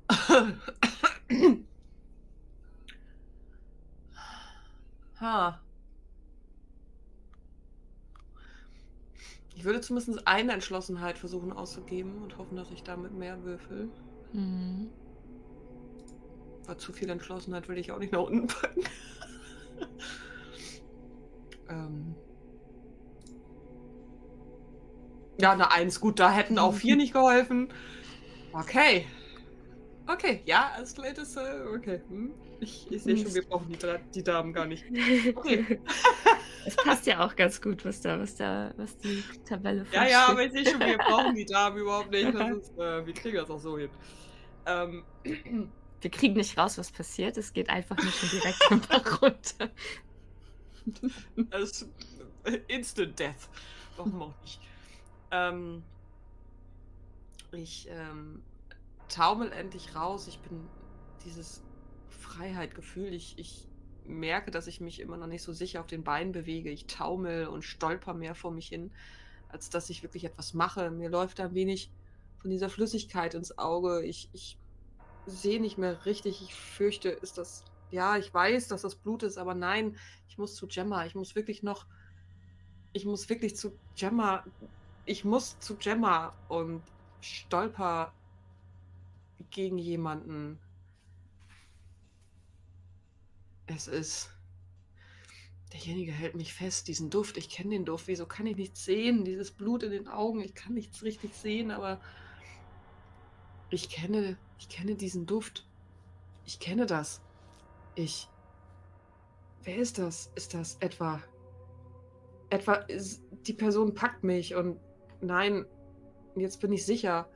Ha. Ich würde zumindest eine Entschlossenheit versuchen auszugeben und hoffen, dass ich damit mehr würfel. Mhm. Weil zu viel Entschlossenheit will ich auch nicht nach unten packen. ähm. Ja, eine Eins. Gut, da hätten auch vier nicht geholfen. Okay. Okay, ja, alles klar, das, äh, okay. Hm. Ich, ich sehe schon, wir brauchen die, Dra- die Damen gar nicht. Okay. Es passt ja auch ganz gut, was da was da was die Tabelle Ja, ja, vorschlägt. aber ich sehe schon, wir brauchen die Damen überhaupt nicht. Das ist, äh, wir kriegen das auch so hin. Ähm. Wir kriegen nicht raus, was passiert. Es geht einfach nur schon direkt den Bach runter. Es, äh, Instant Death. Warum auch nicht? Ähm, ich ähm, taumel endlich raus. Ich bin dieses Freiheitgefühl. Ich, ich merke, dass ich mich immer noch nicht so sicher auf den Beinen bewege. Ich taumel und stolper mehr vor mich hin, als dass ich wirklich etwas mache. Mir läuft ein wenig von dieser Flüssigkeit ins Auge. Ich, ich sehe nicht mehr richtig. Ich fürchte, ist das. Ja, ich weiß, dass das Blut ist, aber nein, ich muss zu Gemma. Ich muss wirklich noch. Ich muss wirklich zu Gemma. Ich muss zu Gemma und stolper gegen jemanden. Es ist. Derjenige hält mich fest, diesen Duft. Ich kenne den Duft. Wieso kann ich nichts sehen? Dieses Blut in den Augen. Ich kann nichts richtig sehen, aber ich kenne, ich kenne diesen Duft. Ich kenne das. Ich. Wer ist das? Ist das etwa. Etwa. Ist, die Person packt mich und nein, jetzt bin ich sicher.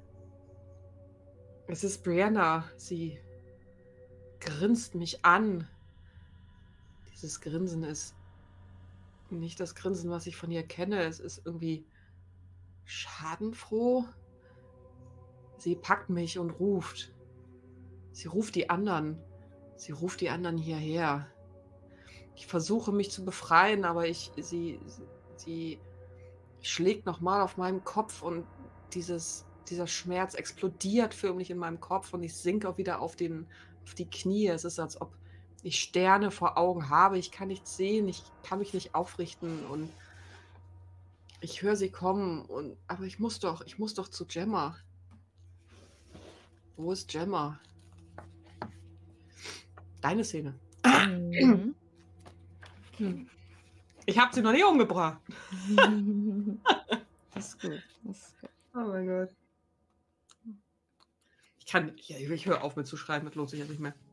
Es ist Brianna. Sie grinst mich an. Dieses Grinsen ist nicht das Grinsen, was ich von ihr kenne. Es ist irgendwie schadenfroh. Sie packt mich und ruft. Sie ruft die anderen. Sie ruft die anderen hierher. Ich versuche mich zu befreien, aber ich, sie, sie schlägt nochmal auf meinem Kopf und dieses, dieser Schmerz explodiert förmlich in meinem Kopf und ich sinke auch wieder auf, den, auf die Knie. Es ist, als ob ich Sterne vor Augen habe. Ich kann nichts sehen, ich kann mich nicht aufrichten und ich höre sie kommen. Und, aber ich muss doch, ich muss doch zu Gemma. Wo ist Gemma? Deine Szene. Mhm. Hm. Ich habe sie noch nie umgebracht. Das ist gut, das ist gut. Oh mein Gott. Ich kann, ja, ich höre auf mit zu schreiben, das lohnt sich ja nicht mehr.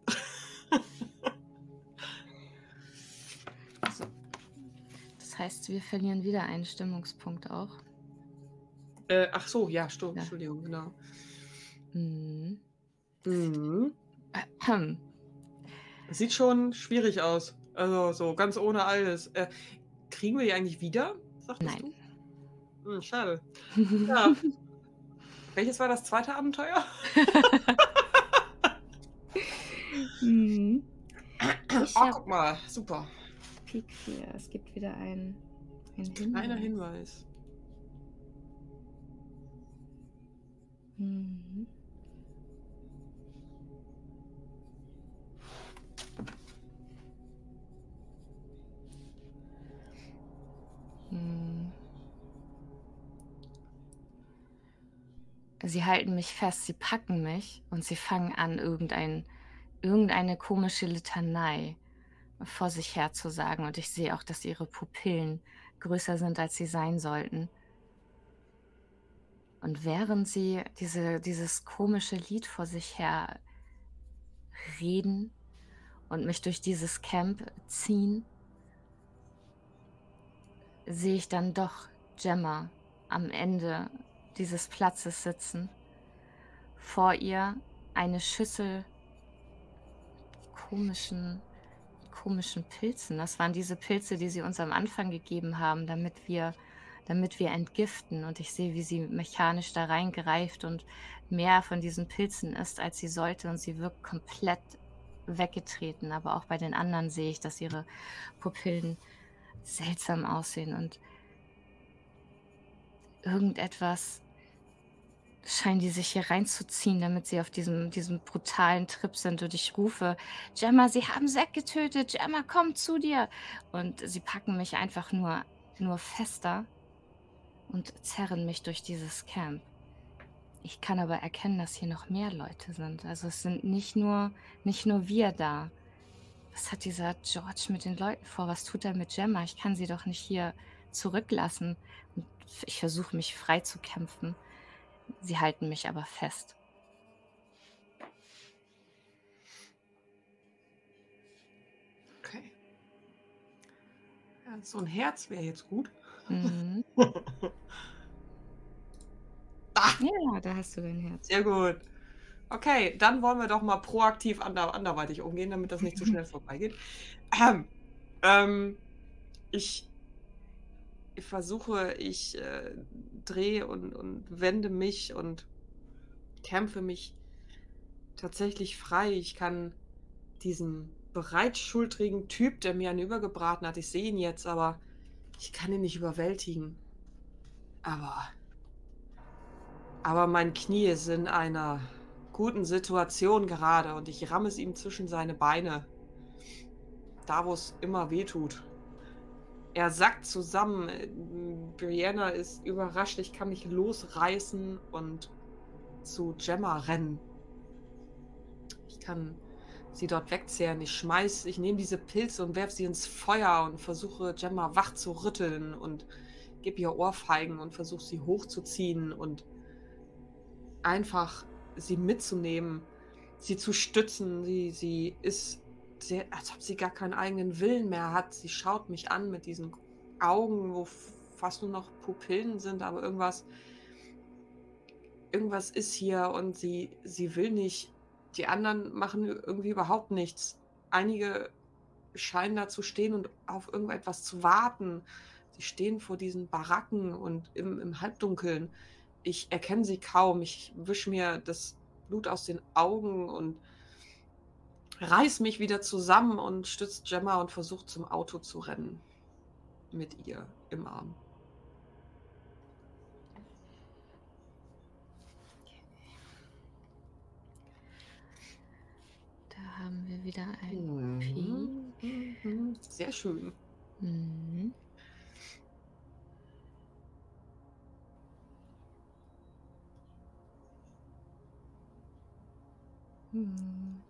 So. Das heißt, wir verlieren wieder einen Stimmungspunkt auch. Äh, ach so, ja, sto- Ja. Entschuldigung, genau. Mhm. Mhm. Ahem. Das sieht schon schwierig aus. Also so ganz ohne alles. Äh, kriegen wir die eigentlich wieder, sagtest Nein. du? Hm, schade. Ja. Welches war das zweite Abenteuer? Mhm. Ich Oh, habe guck mal, super. Pik vier. Es gibt wieder einen, einen Kleiner Hinweis. Hinweis. Mhm. Hm. Sie halten mich fest, sie packen mich und sie fangen an, irgendein, irgendeine komische Litanei vor sich her zu sagen. Und ich sehe auch, dass ihre Pupillen größer sind, als sie sein sollten. Und während sie diese, dieses komische Lied vor sich her reden und mich durch dieses Camp ziehen, sehe ich dann doch Gemma am Ende dieses Platzes sitzen. Vor ihr eine Schüssel komischen komischen Pilzen. Das waren diese Pilze, die sie uns am Anfang gegeben haben, damit wir damit wir entgiften. Und ich sehe, wie sie mechanisch da reingreift und mehr von diesen Pilzen isst, als sie sollte. Und sie wirkt komplett weggetreten. Aber auch bei den anderen sehe ich, dass ihre Pupillen seltsam aussehen und irgendetwas scheinen die sich hier reinzuziehen, damit sie auf diesem diesem brutalen Trip sind und ich rufe: „Gemma, sie haben Zack getötet. Gemma, komm zu dir!“ Und sie packen mich einfach nur nur fester und zerren mich durch dieses Camp. Ich kann aber erkennen, dass hier noch mehr Leute sind. Also, es sind nicht nur nicht nur wir da. Was hat dieser George mit den Leuten vor? Was tut er mit Gemma? Ich kann sie doch nicht hier zurücklassen. Und ich versuche, mich freizukämpfen. Sie halten mich aber fest. Okay. Ja, so ein Herz wäre jetzt gut. Mhm. Ah, Ja, da hast du dein Herz. sehr gut. Okay, dann wollen wir doch mal proaktiv ander anderweitig umgehen, damit das nicht zu schnell vorbeigeht. Ähm, ähm, ich ich versuche ich, äh, drehe und und wende mich und kämpfe mich tatsächlich frei. Ich kann diesen breitschultrigen Typ, der mir einen übergebraten hat, ich sehe ihn jetzt, aber ich kann ihn nicht überwältigen. Aber aber mein Knie ist in einer guten Situation gerade und ich ramme es ihm zwischen seine Beine, da wo es immer wehtut. Er sackt zusammen. äh, hm, Brianna ist überrascht, ich kann mich losreißen und zu Gemma rennen. Ich kann sie dort wegzehren. Ich schmeiß ich nehme diese Pilze und werfe sie ins Feuer und versuche, Gemma wach zu rütteln und gebe ihr Ohrfeigen und versuche, sie hochzuziehen und einfach sie mitzunehmen, sie zu stützen. Sie sie ist sehr, als ob sie gar keinen eigenen Willen mehr hat. Sie schaut mich an mit diesen Augen, wo f fast nur noch Pupillen sind, aber irgendwas irgendwas ist hier und sie sie will nicht. Die anderen machen irgendwie überhaupt nichts. Einige scheinen da zu stehen und auf irgendetwas zu warten. Sie stehen vor diesen Baracken und im im Halbdunkeln. Ich erkenne sie kaum. Ich wische mir das Blut aus den Augen und reiße mich wieder zusammen und stütze Gemma und versuche, zum Auto zu rennen mit ihr im Arm. Da haben wir wieder ein Pi. Mhm, mhm. Sehr schön. Mhm. Mhm.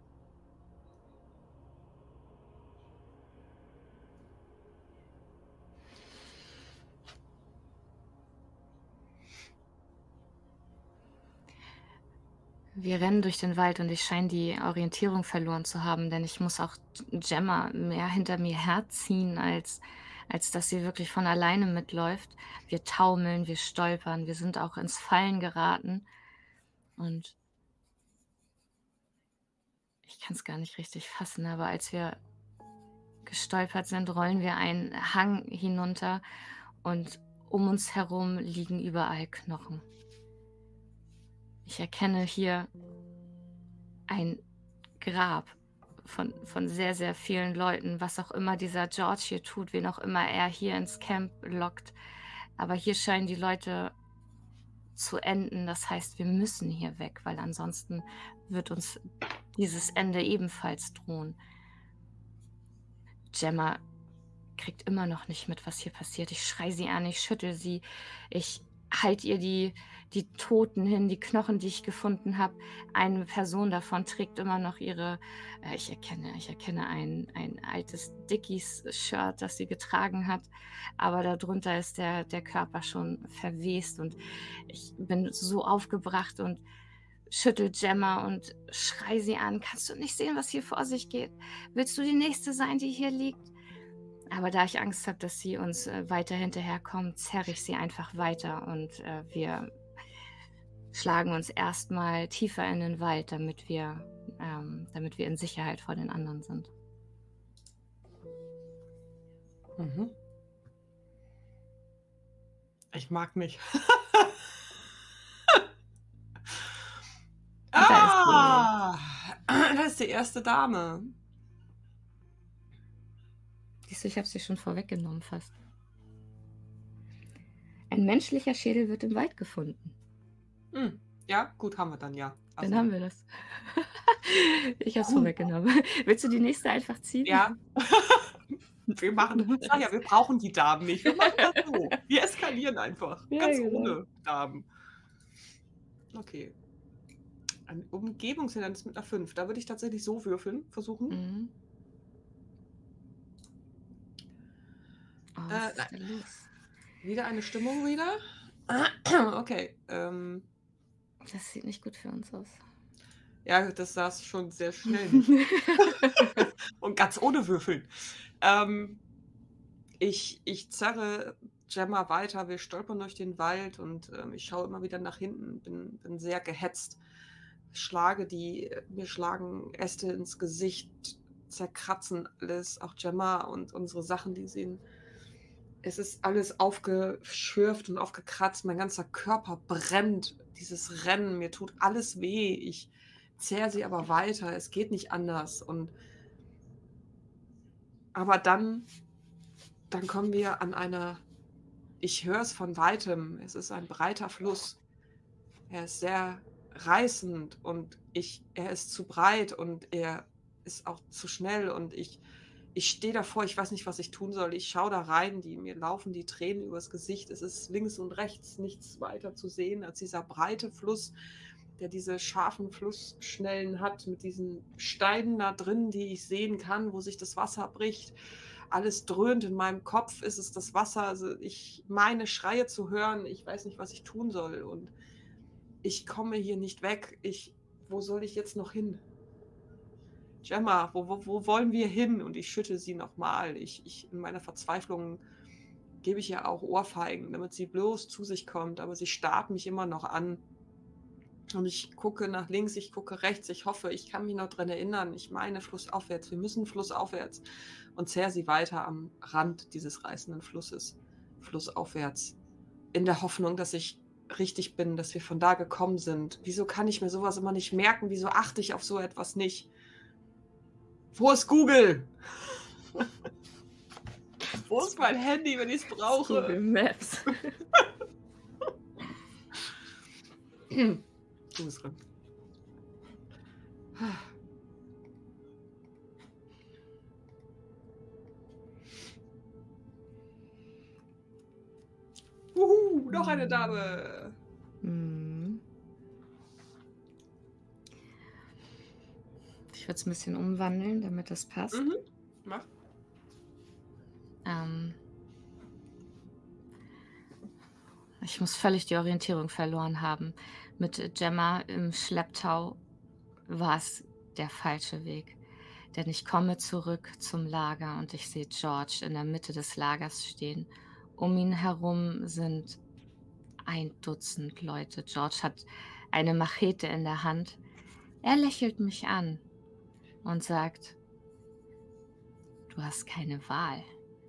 Wir rennen durch den Wald und ich scheine die Orientierung verloren zu haben, denn ich muss auch Gemma mehr hinter mir herziehen, als als dass sie wirklich von alleine mitläuft. Wir taumeln, wir stolpern, wir sind auch ins Fallen geraten und ich kann es gar nicht richtig fassen, aber als wir gestolpert sind, rollen wir einen Hang hinunter und um uns herum liegen überall Knochen. Ich erkenne hier ein Grab von von sehr, sehr vielen Leuten, was auch immer dieser George hier tut, wen auch immer er hier ins Camp lockt. Aber hier scheinen die Leute zu enden. Das heißt, wir müssen hier weg, weil ansonsten wird uns dieses Ende ebenfalls drohen. Gemma kriegt immer noch nicht mit, was hier passiert. Ich schreie sie an, ich schüttel sie, ich halte ihr die die Toten hin, die Knochen, die ich gefunden habe. Eine Person davon trägt immer noch ihre äh, ich erkenne ich erkenne ein ein altes Dickies-Shirt, das sie getragen hat, aber darunter ist der der Körper schon verwest und ich bin so aufgebracht und schüttel Gemma und schreie sie an: „Kannst du nicht sehen, was hier vor sich geht? Willst du die Nächste sein, die hier liegt?“ Aber da ich Angst habe, dass sie uns, äh, weiter hinterherkommt, zerre ich sie einfach weiter und, äh, wir schlagen uns erst mal tiefer in den Wald, damit wir ähm, damit wir in Sicherheit vor den anderen sind. Mhm. Ich mag nicht. Und da ist sie. Ah, da ist die erste Dame. Siehst du, ich habe sie schon vorweggenommen fast. Ein menschlicher Schädel wird im Wald gefunden. Hm, ja, gut, haben wir dann ja. Dann Also, haben wir das. Ich habe es gut, vorweggenommen. Willst du die nächste einfach ziehen? ja. Wir machen ich sage ja, wir brauchen die Damen nicht. Wir machen das so. Wir eskalieren einfach, Ja, ganz genau. ohne Damen. Okay. Ein Umgebungshindernis mit 'ner fünf. Da würde ich tatsächlich so würfeln versuchen. Mhm. Oh, was Äh, nein. ist denn los? Wieder eine Stimmung Reader. Okay, ähm, Das sieht nicht gut für uns aus. ja, das sah's schon sehr schnell nicht. Und ganz ohne Würfeln. Ähm, ich ich zerre Gemma weiter. Wir stolpern durch den Wald und, ähm, ich schaue immer wieder nach hinten, bin bin sehr gehetzt. Schlage die mir schlagen Äste ins Gesicht, zerkratzen alles, auch Gemma und unsere Sachen, die sehen es ist alles aufgeschürft und aufgekratzt. Mein ganzer Körper brennt, dieses Rennen. Mir tut alles weh. Ich zerre sie aber weiter. Es geht nicht anders. Und aber dann dann kommen wir an einer ich höre es von Weitem. Es ist ein breiter Fluss. Er ist sehr reißend und ich er ist zu breit und er ist auch zu schnell und ich ich stehe davor, ich weiß nicht, was ich tun soll. Ich schaue da rein, die mir laufen die Tränen übers Gesicht. Es ist links und rechts nichts weiter zu sehen als dieser breite Fluss, der diese scharfen Flussschnellen hat mit diesen Steinen da drin, die ich sehen kann, wo sich das Wasser bricht. Alles dröhnt in meinem Kopf. Ist es das Wasser? Also, ich meine Schreie zu hören. Ich weiß nicht, was ich tun soll und ich komme hier nicht weg. Ich wo soll ich jetzt noch hin? Gemma, wo wo wo wollen wir hin? Und ich schüttle sie noch mal. Ich ich in meiner Verzweiflung gebe ich ihr auch Ohrfeigen, damit sie bloß zu sich kommt, aber sie starrt mich immer noch an. Und ich gucke nach links, ich gucke rechts. Ich hoffe, ich kann mich noch dran erinnern. Ich meine flussaufwärts. Wir müssen flussaufwärts und zerre sie weiter am Rand dieses reißenden Flusses flussaufwärts in der Hoffnung, dass ich richtig bin, dass wir von da gekommen sind. Wieso kann ich mir so was immer nicht merken? Wieso achte ich auf so etwas nicht? Wo ist Google? Wo ist mein Handy, wenn ich's brauche? Google Maps. Du bist dran. Wuhu, noch eine Dame. Mhm. Ich würde es 'n bisschen umwandeln, damit das passt. Mhm, mach. Ähm ich muss völlig die Orientierung verloren haben. Mit, äh, Gemma im Schlepptau war es der falsche Weg, denn ich komme zurück zum Lager und ich sehe George in der Mitte des Lagers stehen. Um ihn herum sind ein Dutzend Leute. George hat eine Machete in der Hand. Er lächelt mich an und sagt: „Du hast keine Wahl.“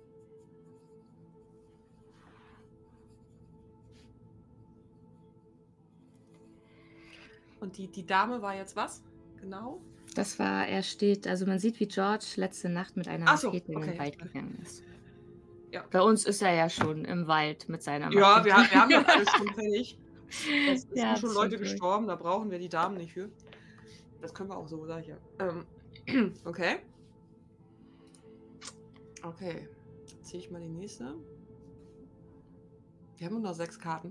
Und die die Dame war jetzt was? Genau? Das war er steht also, man sieht, wie George letzte Nacht mit einer Ach so, Machete in den okay. Wald gegangen ist. Ja. Bei uns ist er ja schon im Wald mit seiner Ja, wir Machete. ha wir haben das alles schon fertig. Es es sind Ja, schon das ist schon Leute durch. gestorben, da brauchen wir die Damen nicht für. Das können wir auch so, sage ich ja. Ähm, okay. Okay, ziehe ich mal die nächste. Wir haben nur noch sechs Karten.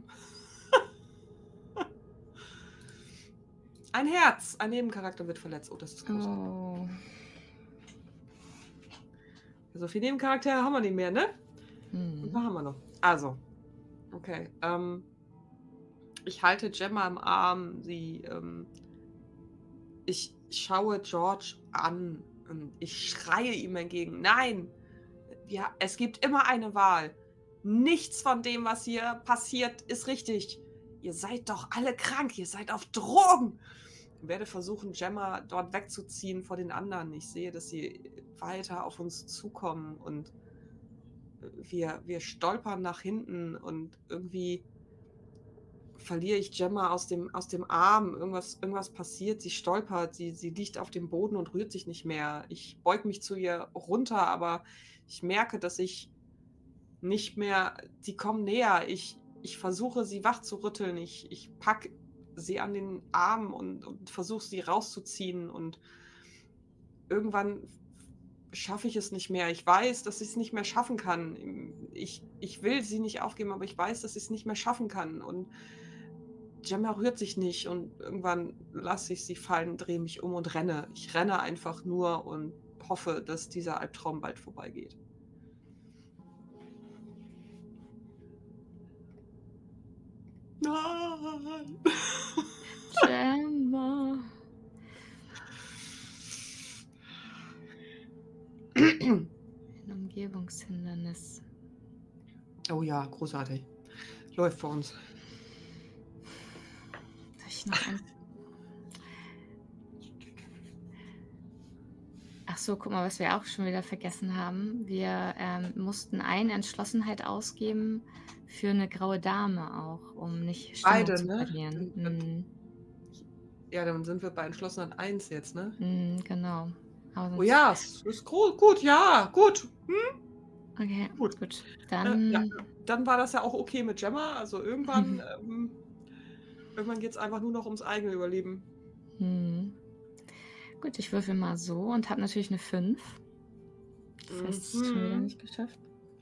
Ein Herz, ein Nebencharakter wird verletzt. Oh, das ist großartig. Oh. So viele Nebencharaktere haben wir nicht mehr, ne? Ein Mhm. paar haben wir noch. Also, okay, ähm ich halte Gemma im Arm, sie, ähm ich schaue George an und ich schreie ihm entgegen: „Nein, ja, es gibt immer eine Wahl. Nichts von dem, was hier passiert, ist richtig. Ihr seid doch alle krank, ihr seid auf Drogen. Ich werde versuchen, Gemma dort wegzuziehen vor den anderen. Ich sehe, dass sie weiter auf uns zukommen und äh, wir, wir stolpern nach hinten und irgendwie verliere ich Gemma aus dem, aus dem Arm. Irgendwas, irgendwas passiert, sie stolpert, sie, sie liegt auf dem Boden und rührt sich nicht mehr. Ich beug mich zu ihr runter, aber ich merke, dass ich nicht mehr, die kommen näher. Ich, ich versuche, sie wach zu rütteln. Ich, ich pack sie an den Arm und, und versuche, sie rauszuziehen. Und irgendwann schaffe ich es nicht mehr. Ich weiß, dass ich es nicht mehr schaffen kann. Ich, ich will sie nicht aufgeben, aber ich weiß, dass ich es nicht mehr schaffen kann. Und Gemma rührt sich nicht. Und irgendwann lasse ich sie fallen, drehe mich um und renne. Ich renne einfach nur und hoffe, dass dieser Albtraum bald vorbeigeht. Nein! Gemma. Ein Umgebungshindernis. Oh ja, großartig. Läuft für uns. Soll ich noch ein... Ach so, guck mal, was wir auch schon wieder vergessen haben. Wir ähm, mussten eine Entschlossenheit ausgeben für eine graue Dame auch, um nicht Stimmung Beide, zu ne? verlieren. Dann, dann, Mhm. ja, dann sind wir bei Entschlossen an eins jetzt, ne? Mhm, genau. Aber Oh sonst... ja, es ist gut, gut, ja, gut. Hm? Okay, Gut. gut. Äh, ja, Dann... dann war das ja auch okay mit Gemma. Also irgendwann, ähm, irgendwann geht es einfach nur noch ums eigene Überleben. Hm. Gut, ich würfel mal so und habe natürlich eine fünf. Das heißt, es ist schon wieder Mhm. nicht geschafft.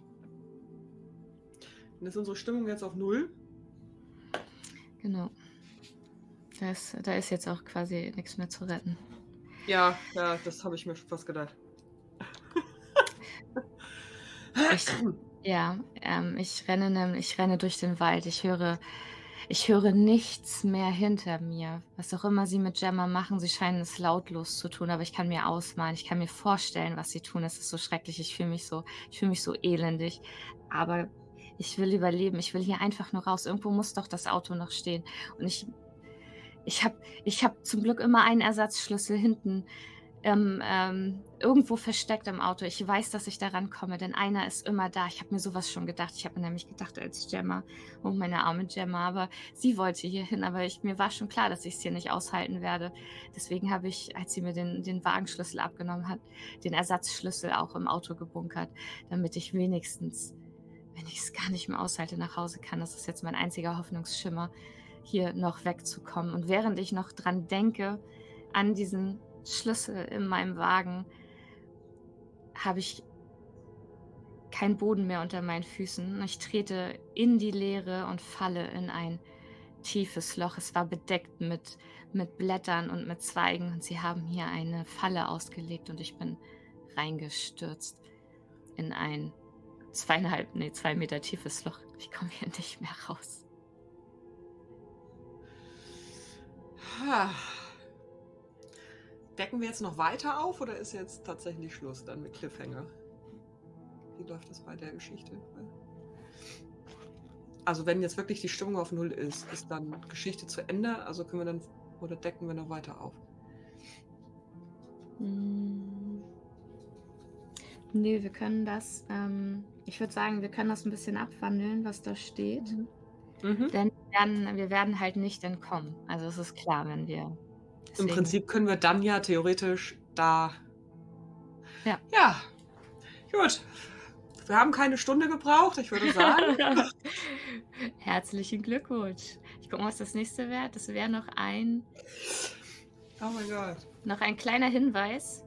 Dann ist unsere Stimmung jetzt auf null. Genau. Da ist, da ist jetzt auch quasi nichts mehr zu retten. Ja, ja, das habe ich mir schon fast gedacht. Ich, ja, ähm, ich renne nämlich, ich renne durch den Wald. Ich höre, ich höre nichts mehr hinter mir. Was auch immer sie mit Gemma machen, sie scheinen es lautlos zu tun, aber ich kann mir ausmalen, ich kann mir vorstellen, was sie tun. Es ist so schrecklich. Ich fühle mich so, ich fühle mich so elendig. Aber ich will überleben. Ich will hier einfach nur raus. Irgendwo muss doch das Auto noch stehen. Und ich, ich habe, ich habe zum Glück immer einen Ersatzschlüssel hinten ähm, ähm, irgendwo versteckt im Auto. Ich weiß, dass ich da rankomme, denn einer ist immer da. Ich habe mir sowas schon gedacht. Ich habe mir nämlich gedacht, als Gemma, oh, meine arme Gemma, aber sie wollte hier hin, aber ich, mir war schon klar, dass ich es hier nicht aushalten werde. Deswegen habe ich, als sie mir den, den Wagenschlüssel abgenommen hat, den Ersatzschlüssel auch im Auto gebunkert, damit ich wenigstens, wenn ich es gar nicht mehr aushalte, nach Hause kann. Das ist jetzt mein einziger Hoffnungsschimmer, hier noch wegzukommen. Und während ich noch dran denke, an diesen Schlüssel in meinem Wagen, habe ich keinen Boden mehr unter meinen Füßen. Ich trete in die Leere und falle in ein tiefes Loch. Es war bedeckt mit, mit Blättern und mit Zweigen und sie haben hier eine Falle ausgelegt und ich bin reingestürzt in ein zweieinhalb, nee, zwei Meter tiefes Loch. Ich komme hier nicht mehr raus. Decken wir jetzt noch weiter auf oder ist jetzt tatsächlich Schluss dann mit Cliffhanger? Wie läuft das bei der Geschichte? Also wenn jetzt wirklich die Stimmung auf Null ist, ist dann Geschichte zu Ende? Also können wir dann, oder decken wir noch weiter auf? Hm. Nee, wir können das, ähm, ich würde sagen, wir können das ein bisschen abwandeln, was da steht. Mhm. Mhm. Denn wir werden, wir werden halt nicht entkommen. Also es ist klar, wenn wir. Im Deswegen. Prinzip können wir dann ja theoretisch da. Ja. Ja, gut. Wir haben keine Stunde gebraucht, ich würde sagen. Herzlichen Glückwunsch. Ich gucke mal, was das nächste wäre. Das wäre noch ein, Oh mein Gott. noch ein kleiner Hinweis.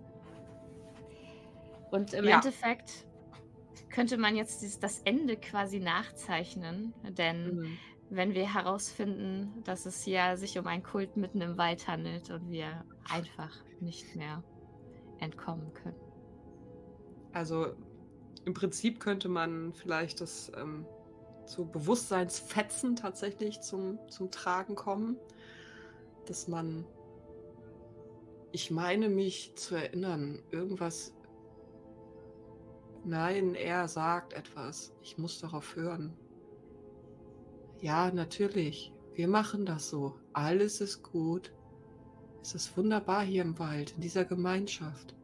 Und im Ja. Endeffekt könnte man jetzt dieses, das Ende quasi nachzeichnen, denn Mhm. wenn wir herausfinden, dass es ja sich um einen Kult mitten im Wald handelt und wir einfach nicht mehr entkommen können. Also im Prinzip könnte man vielleicht das ähm, so Bewusstseinsfetzen tatsächlich zum, zum Tragen kommen, dass man, ich meine mich zu erinnern, irgendwas Nein, er sagt etwas. Ich muss darauf hören. Ja, natürlich. Wir machen das so. Alles ist gut. Es ist wunderbar hier im Wald, in dieser Gemeinschaft.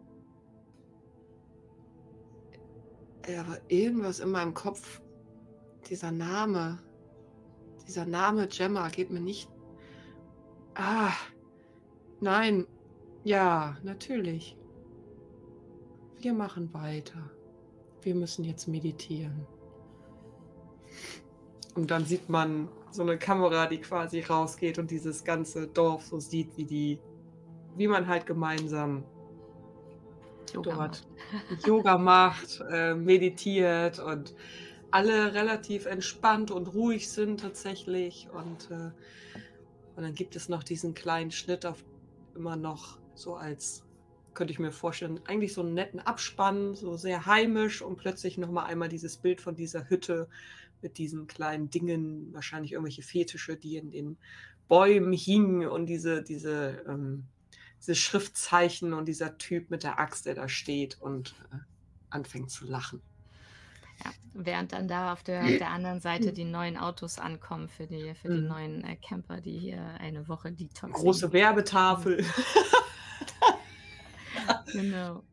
Ja, aber irgendwas in meinem Kopf, dieser Name, dieser Name Gemma geht mir nicht. Ah, nein. Ja, natürlich. Wir machen weiter. Wir müssen jetzt meditieren. Und dann sieht man so eine Kamera, die quasi rausgeht und dieses ganze Dorf so sieht, wie die wie man halt gemeinsam Yoga dort macht. Yoga macht, äh, meditiert und alle relativ entspannt und ruhig sind tatsächlich. Und, äh und dann gibt es noch diesen kleinen Schnitt auf immer noch so als könnte ich mir vorstellen, eigentlich so 'n netten Abspann, so sehr heimisch und plötzlich noch mal einmal dieses Bild von dieser Hütte mit diesen kleinen Dingen, wahrscheinlich irgendwelche Fetische, die in den Bäumen hingen und diese diese, ähm diese Schriftzeichen und dieser Typ mit der Axt, der da steht und, äh, anfängt zu lachen. Ja, während dann da auf der auf der anderen Seite die neuen Autos ankommen für die für die Mhm. neuen, äh, Camper, die hier eine Woche Detoxing. Große Mhm. Werbetafel. Genau.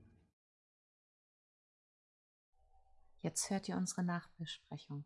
Jetzt hört ihr unsere Nachbesprechung.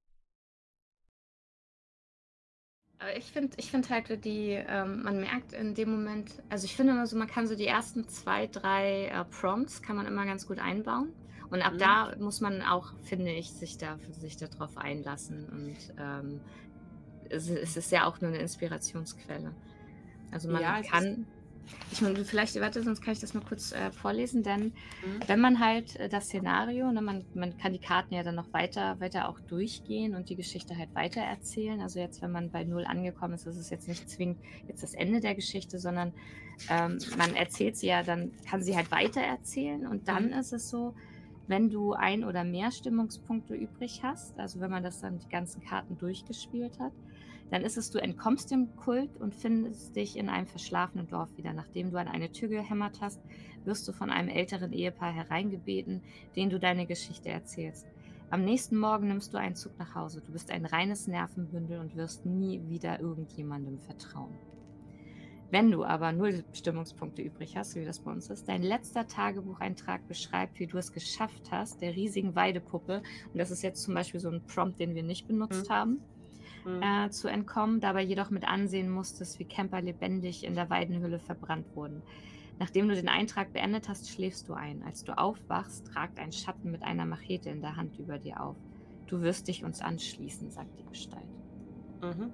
Aber ich finde ich finde halt die ähm, man merkt in dem Moment, also, ich finde immer so, man kann so die ersten zwei, drei äh, Prompts kann man immer ganz gut einbauen. Und ab Mhm. da muss man auch, finde ich, sich da sich da drauf einlassen und, ähm, es es ist ja auch nur 'ne Inspirationsquelle. Also, man Ja, es ist kann ich meine, vielleicht warte, sonst kann ich das mal kurz, äh, vorlesen, denn mhm, wenn man halt, äh, das Szenario, ne, man man kann die Karten ja dann noch weiter weiter auch durchgehen und die Geschichte halt weitererzählen. Also, jetzt, wenn man bei null angekommen ist, ist es jetzt nicht zwingend jetzt das Ende der Geschichte, sondern, ähm, man erzählt sie ja dann kann sie halt weitererzählen und dann mhm, ist es so, wenn du ein oder mehr Stimmungspunkte übrig hast, also, wenn man das dann die ganzen Karten durchgespielt hat, dann ist es, du entkommst dem Kult und findest dich in einem verschlafenen Dorf wieder. Nachdem du an eine Tür gehämmert hast, wirst du von einem älteren Ehepaar hereingebeten, denen du deine Geschichte erzählst. Am nächsten Morgen nimmst du einen Zug nach Hause. Du bist ein reines Nervenbündel und wirst nie wieder irgendjemandem vertrauen. Wenn du aber null Stimmungspunkte übrig hast, wie das bei uns ist, dein letzter Tagebucheintrag beschreibt, wie du es geschafft hast, der riesigen Weidepuppe, und das ist jetzt zum Beispiel so ein Prompt, den wir nicht benutzt mhm, haben, mhm. äh, zu entkommen, dabei jedoch mit ansehen musstest, wie Camper lebendig in der Weidenhülle verbrannt wurden. Nachdem du den Eintrag beendet hast, schläfst du ein. Als du aufwachst, ragt ein Schatten mit einer Machete in der Hand über dir auf. Du wirst dich uns anschließen, sagt die Gestalt. Mhm.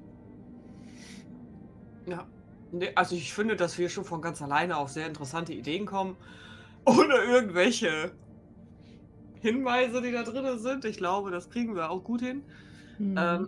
Ja. Ne, also ich finde, dass wir schon von ganz alleine auf sehr interessante Ideen kommen, ohne irgendwelche Hinweise, die da drinnen sind. Ich glaube, das kriegen wir auch gut hin. Ähm, Mhm.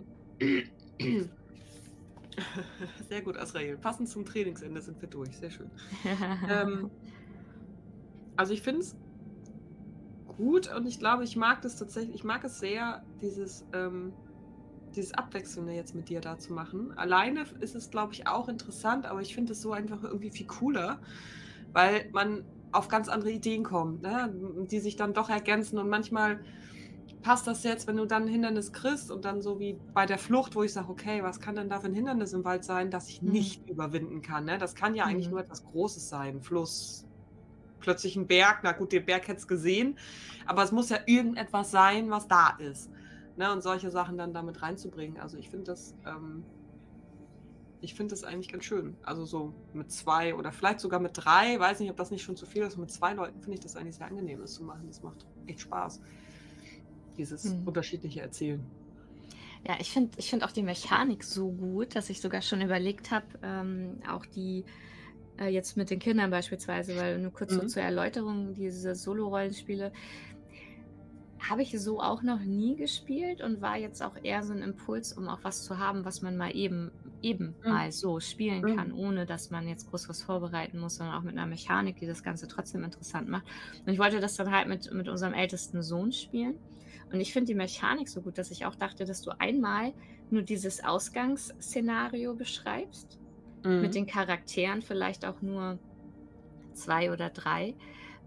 sehr gut, Azrael. Passend zum Trainingsende sind wir durch. Sehr schön. Ähm, also ich finde es gut und ich glaube, ich mag das tatsächlich ich mag es sehr, dieses, ähm dieses Abwechselnde jetzt mit dir da zu machen. Alleine f ist es, glaube ich, auch interessant, aber ich finde es so einfach irgendwie viel cooler, weil man auf ganz andere Ideen kommt, ne, m die sich dann doch ergänzen und manchmal passt das jetzt, wenn du dann 'n Hindernis kriegst und dann so wie bei der Flucht, wo ich sage: „Okay, was kann denn da für 'n Hindernis im Wald sein, das ich Mhm. nicht überwinden kann“, ne? Das kann ja eigentlich Mhm. nur etwas Großes sein, Fluss, plötzlich 'n Berg. Na gut, den Berg hättest gesehen, aber es muss ja irgendetwas sein, was da ist, ne, und solche Sachen dann da mit reinzubringen. Also, ich finde das ähm, ich finde das eigentlich ganz schön. Also, so mit zwei oder vielleicht sogar mit drei, weiß nicht, ob das nicht schon zu viel ist. Mit zwei Leuten finde ich das eigentlich sehr angenehm, das zu machen. Das macht echt Spaß, dieses Mhm. unterschiedliche Erzählen. Ja, ich finde ich finde auch die Mechanik so gut, dass ich sogar schon überlegt habe, ähm, auch die äh, jetzt mit den Kindern beispielsweise, weil nur kurz so Mhm. zur Erläuterung, diese Solo-Rollenspiele habe ich so auch noch nie gespielt und war jetzt auch eher so 'n Impuls, um auch was zu haben, was man mal eben eben Mhm. mal so spielen kann, Mhm. ohne dass man jetzt groß was vorbereiten muss, sondern auch mit 'ner Mechanik, die das Ganze trotzdem interessant macht. Und ich wollte das dann halt mit mit unserem ältesten Sohn spielen. Und ich finde die Mechanik so gut, dass ich auch dachte, dass du einmal nur dieses Ausgangsszenario beschreibst, mit Mhm. den Charakteren vielleicht auch nur zwei oder drei.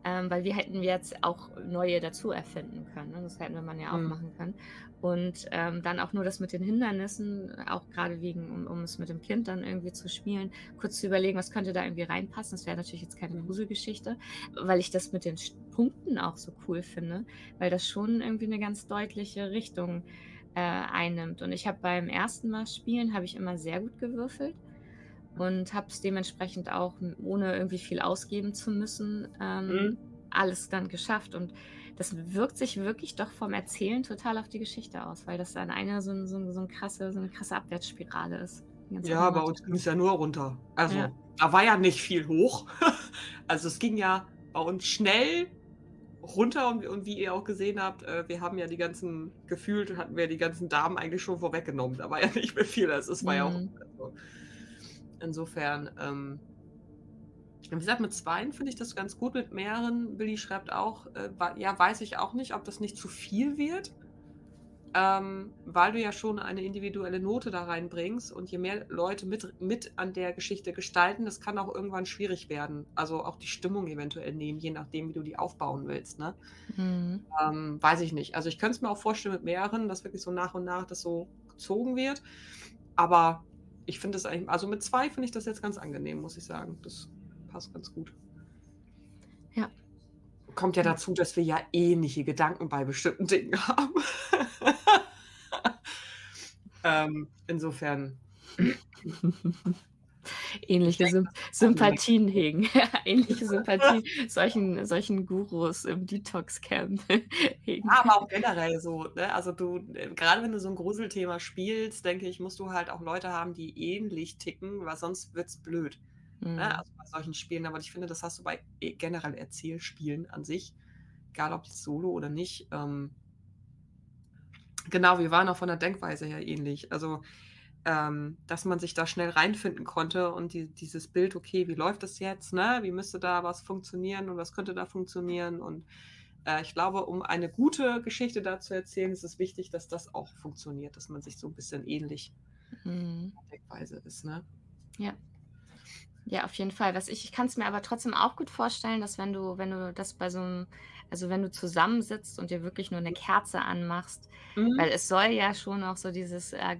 ähm, weil wie hätten wir jetzt auch neue dazu erfinden können, ne? Das hätte man ja auch Mhm. machen können. Und, ähm, dann auch nur das mit den Hindernissen, auch grade wegen um um es mit dem Kind dann irgendwie zu spielen, kurz zu überlegen, was könnte da irgendwie reinpassen? Das wäre natürlich jetzt keine Mhm. Gruselgeschichte, weil ich das mit den sch Punkten auch so cool finde, weil das schon irgendwie 'ne ganz deutliche Richtung, äh, einnimmt. Und ich habe beim ersten Mal spielen habe ich immer sehr gut gewürfelt und habe es dementsprechend auch, hm, ohne irgendwie viel ausgeben zu müssen, ähm, Mhm. alles dann geschafft. Und das wirkt sich wirklich doch vom Erzählen total auf die Geschichte aus, weil das dann eine so 'n so 'n so 'n krasse so 'ne krasse Abwärtsspirale ist, die ganz Ja, bei automatisch uns läuft. ging's ja nur runter. Ja. Also, da war ja nicht viel hoch. Also, es ging ja bei uns schnell runter und und wie ihr auch gesehen habt, äh, wir haben ja die ganzen gefühlt hatten wir die ganzen Damen eigentlich schon vorweggenommen. Da war ja nicht mehr viel. Also, es war ja auch Mhm. also insofern, ähm wie gesagt, mit zweien finde ich das ganz gut, mit mehreren Willi schreibt auch, äh, wei ja, weiß ich auch nicht, ob das nicht zu viel wird, ähm, weil du ja schon eine individuelle Note da reinbringst und je mehr Leute mit mit an der Geschichte gestalten, das kann auch irgendwann schwierig werden. Also, auch die Stimmung eventuell nehmen, je nachdem, wie du die aufbauen willst, ne? Mhm. Ähm, weiß ich nicht. Also, ich könnte es mir auch vorstellen mit mehreren, dass wirklich so nach und nach das so gezogen wird. Aber ich finde das eigentlich also, mit zwei finde ich das jetzt ganz angenehm, muss ich sagen. Das passt ganz gut. Ja. Kommt ja Ja. dazu, dass wir ja ähnliche Gedanken bei bestimmten Dingen haben. Ähm, insofern ich Ähnliche denke, Symp das wird auch 'ne Menge Sympathien hegen. Ähnliche Sympathien solchen solchen Gurus im Detox-Camp hegen. Ja, aber auch generell so, ne? Also, du äh, grade wenn du so 'n Gruselthema spielst, denke ich, musst du halt auch Leute haben, die ähnlich ticken, weil sonst wird's blöd, ne? Mhm. Also, bei solchen Spielen. Aber ich finde, das hast du bei e generell Erzählspielen an sich, egal ob jetzt Solo oder nicht, ähm Genau, wir waren auch von der Denkweise her ähnlich. Also, ähm, dass man sich da schnell reinfinden konnte und die dieses Bild: „Okay, wie läuft das jetzt, ne? Wie müsste da was funktionieren und was könnte da funktionieren?“ Und, äh, ich glaube, um eine gute Geschichte da zu erzählen, ist es wichtig, dass das auch funktioniert, dass man sich so 'n bisschen ähnlich Mhm. Denkweise ist, ne? Ja. Ja, auf jeden Fall. Was ich ich kann's mir aber trotzdem auch gut vorstellen, dass wenn du wenn du das bei so 'nem also, wenn du zusammensitzt und dir wirklich nur 'ne Kerze anmachst Mhm. weil es soll ja schon auch so dieses, äh,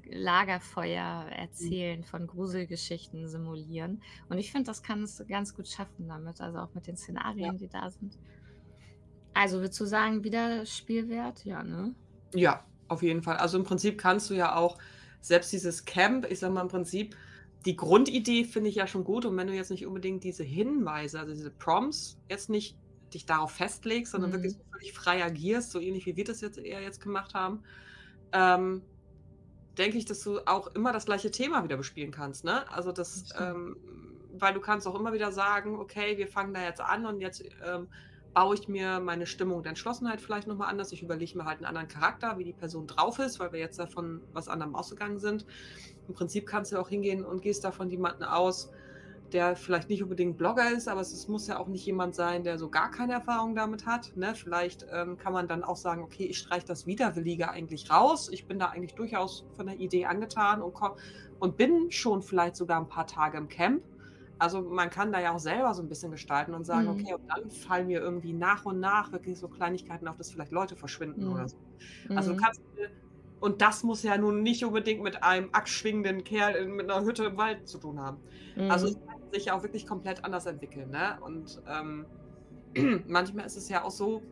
Mhm. Lagerfeuer-Erzählen von Gruselgeschichten simulieren. Und ich finde, das kannst du ganz gut schaffen damit, also, auch mit den Ja. Szenarien, die da sind. Also, würdest du sagen, Wiederspielwert? Ja, ne? Ja, auf jeden Fall. Also, im Prinzip kannst du ja auch selbst dieses Camp ich sage mal im Prinzip, die Grundidee finde ich ja schon gut und wenn du jetzt nicht unbedingt diese Hinweise, also, diese Prompts jetzt nicht dich darauf festlegst, sondern wirklich Mhm. so völlig frei agierst, so ähnlich wie wir das jetzt eher jetzt gemacht haben, ähm, denke ich, dass du auch immer das gleiche Thema wieder bespielen kannst, ne? Also, das, Das stimmt. ähm weil du kannst auch immer wieder sagen: „Okay, wir fangen da jetzt an und jetzt, ähm, baue ich mir meine Stimmung und Entschlossenheit vielleicht noch mal anders. Ich überlege mir halt 'n anderen Charakter, wie die Person drauf ist, weil wir jetzt da von was anderem ausgegangen sind.“ Im Prinzip kannst du auch hingehen und gehst da von jemanden aus, der vielleicht nicht unbedingt Blogger ist, aber es es muss ja auch nicht jemand sein, der so gar keine Erfahrung damit hat, ne? Vielleicht, ähm, kann man dann auch sagen: „Okay, ich streiche das Widerwillige eigentlich raus. Ich bin da eigentlich durchaus von der Idee angetan und ko und bin schon vielleicht sogar 'n paar Tage im Camp.“ Also, man kann da ja auch selber so 'n bisschen gestalten und sagen: Mhm. „Okay, und dann fallen mir irgendwie nach und nach wirklich so Kleinigkeiten auf, dass vielleicht Leute verschwinden oder Mhm. so.“ Also, du Mhm. kannst dir und das muss ja nun nicht unbedingt mit einem axt-schwingenden Kerl in mit 'ner Hütte im Wald zu tun haben. Also, es Mhm. kann sich ja auch wirklich komplett anders entwickeln, ne? Und, ähm, manchmal ist es ja auch so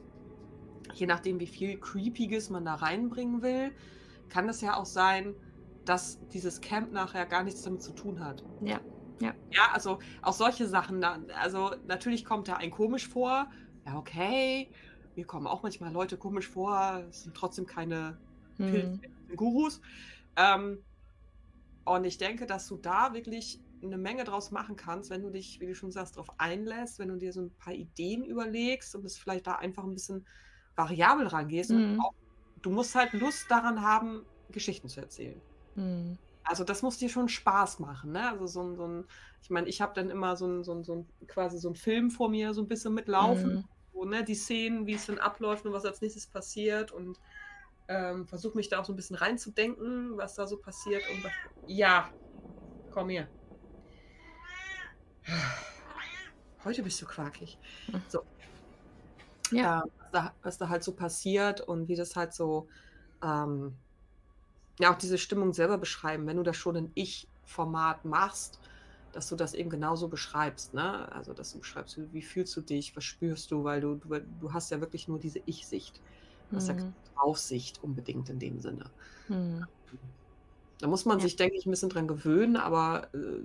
je nachdem, wie viel Creepiges man da reinbringen will, kann es ja auch sein, dass dieses Camp nachher gar nichts damit zu tun hat. Ja, ja. Ja, also, auch solche Sachen dann also, natürlich kommt da einen komisch vor. Ja, okay, mir kommen auch manchmal Leute komisch vor, es sind trotzdem keine Mhm. pilzfertigen Gurus. Ähm und ich denke, dass du da wirklich 'ne Menge draus machen kannst, wenn du dich, wie du schon sagst, drauf einlässt, wenn du dir so 'n paar Ideen überlegst und es vielleicht da einfach 'n bisschen variabel rangehst und Mhm. auch du musst halt Lust daran haben, Geschichten zu erzählen. Mhm. Also, das muss dir schon Spaß machen, ne? Also, so 'n so 'n ich meine, ich habe dann immer so 'n so 'n so 'n quasi so 'n Film vor mir so 'n bisschen mitlaufen, Mhm. so, ne, die Szenen, wie es dann abläuft und was als Nächstes passiert und, ähm, versuche mich da auch so 'n bisschen reinzudenken, was da so passiert und was ja, komm her. Heute bist du quakig. Hm. So, Ja. äh, was da was da halt so passiert und wie das halt so, ähm ja, auch diese Stimmung selber beschreiben, wenn du das schon in Ich-Format machst, dass du das eben genauso beschreibst, ne? Also, dass du beschreibst, wie wie fühlst du dich, was spürst du, weil du du du hast ja wirklich nur diese Ich-Sicht. Du hast ja keine Mhm. Draufsicht unbedingt in dem Sinne. Mhm. Da muss man Ja. sich, denke ich, 'n bisschen dran gewöhnen, aber, äh,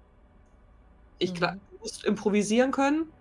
ich gla Mhm. du musst improvisieren können.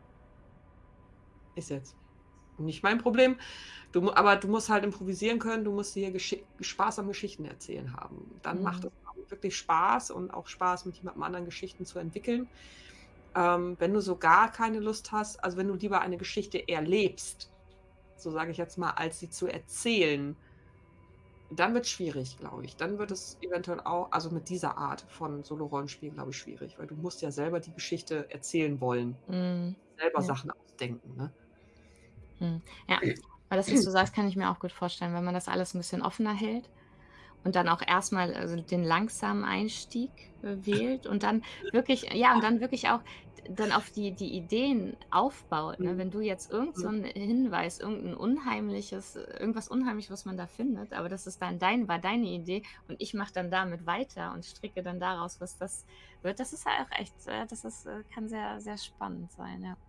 Ist jetzt nicht mein Problem. Du mu aber du musst halt improvisieren können, du musst hier Geschi Spaß am Geschichten erzählen haben. Dann macht Mhm. es auch wirklich Spaß und auch Spaß, mit jemandem anderen Geschichten zu entwickeln. Ähm, wenn du so gar keine Lust hast, also, wenn du lieber eine Geschichte erlebst, so sage ich jetzt mal, als sie zu erzählen, dann wird's schwierig, glaube ich. Dann wird es eventuell auch, also, mit dieser Art von Solo-Rollenspiel, glaube ich, schwierig, weil du musst ja selber die Geschichte erzählen wollen, Mhm. selber Ja. Sachen ausdenken, ne? Mhm. Ja, weil das, was du sagst, kann ich mir auch gut vorstellen, wenn man das alles 'n bisschen offener hält und dann auch erst mal, also, den langsamen Einstieg, äh, wählt und dann wirklich ja, und dann wirklich auch d dann auf die die Ideen aufbaut, ne? Mhm. Wenn du jetzt irgend so Mhm. 'n Hinweis, irgend 'n unheimliches irgendwas Unheimliches, was man da findet, aber das ist dann dein war deine Idee und ich mache dann damit weiter und stricke dann daraus, was das wird. Das ist ja auch echt äh, das ist äh, kann sehr, sehr spannend sein, ja.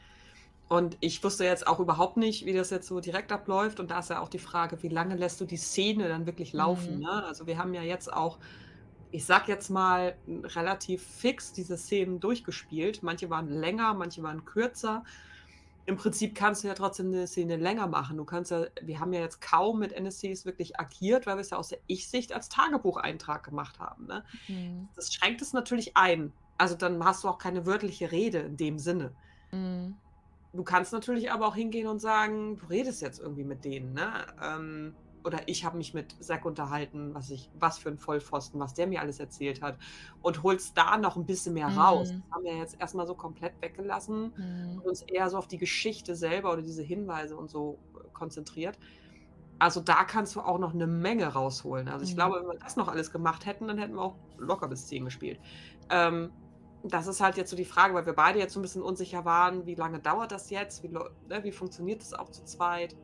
Und ich wusste jetzt auch überhaupt nicht, wie das jetzt so direkt abläuft. Und da ist ja auch die Frage, wie lange lässt du die Szene dann wirklich laufen, Mhm. ne? Also, wir haben ja jetzt auch, ich sage jetzt mal, hm, relativ fix diese Szenen durchgespielt. Manche waren länger, manche waren kürzer. Im Prinzip kannst du ja trotzdem 'ne Szene länger machen. Du kannst ja wir haben ja jetzt kaum mit N S Cs wirklich agiert, weil wir's ja aus der Ich-Sicht als Tagebucheintrag gemacht haben, ne? Mhm. Das schränkt es natürlich ein. Also, dann hast du auch keine wörtliche Rede in dem Sinne. Mhm. Du kannst natürlich aber auch hingehen und sagen, du redest jetzt irgendwie mit denen, ne? Ähm, oder ich habe mich mit Zack unterhalten, was ich was für 'n Vollpfosten, was der mir alles erzählt hat und holst da noch 'n bisschen mehr raus. Mhm. Das haben wir jetzt erst mal so komplett weggelassen Mhm. und uns eher so auf die Geschichte selber oder diese Hinweise und so, äh, konzentriert. Also, da kannst du auch noch 'ne Menge rausholen. Also, ich Mhm. glaube, wenn wir das noch alles gemacht hätten, dann hätten wir auch locker bis zehn gespielt. Ähm, das ist halt jetzt so die Frage, weil wir beide jetzt so 'n bisschen unsicher waren, wie lange dauert das jetzt? Wie läu ne, wie funktioniert das auch zu zweit?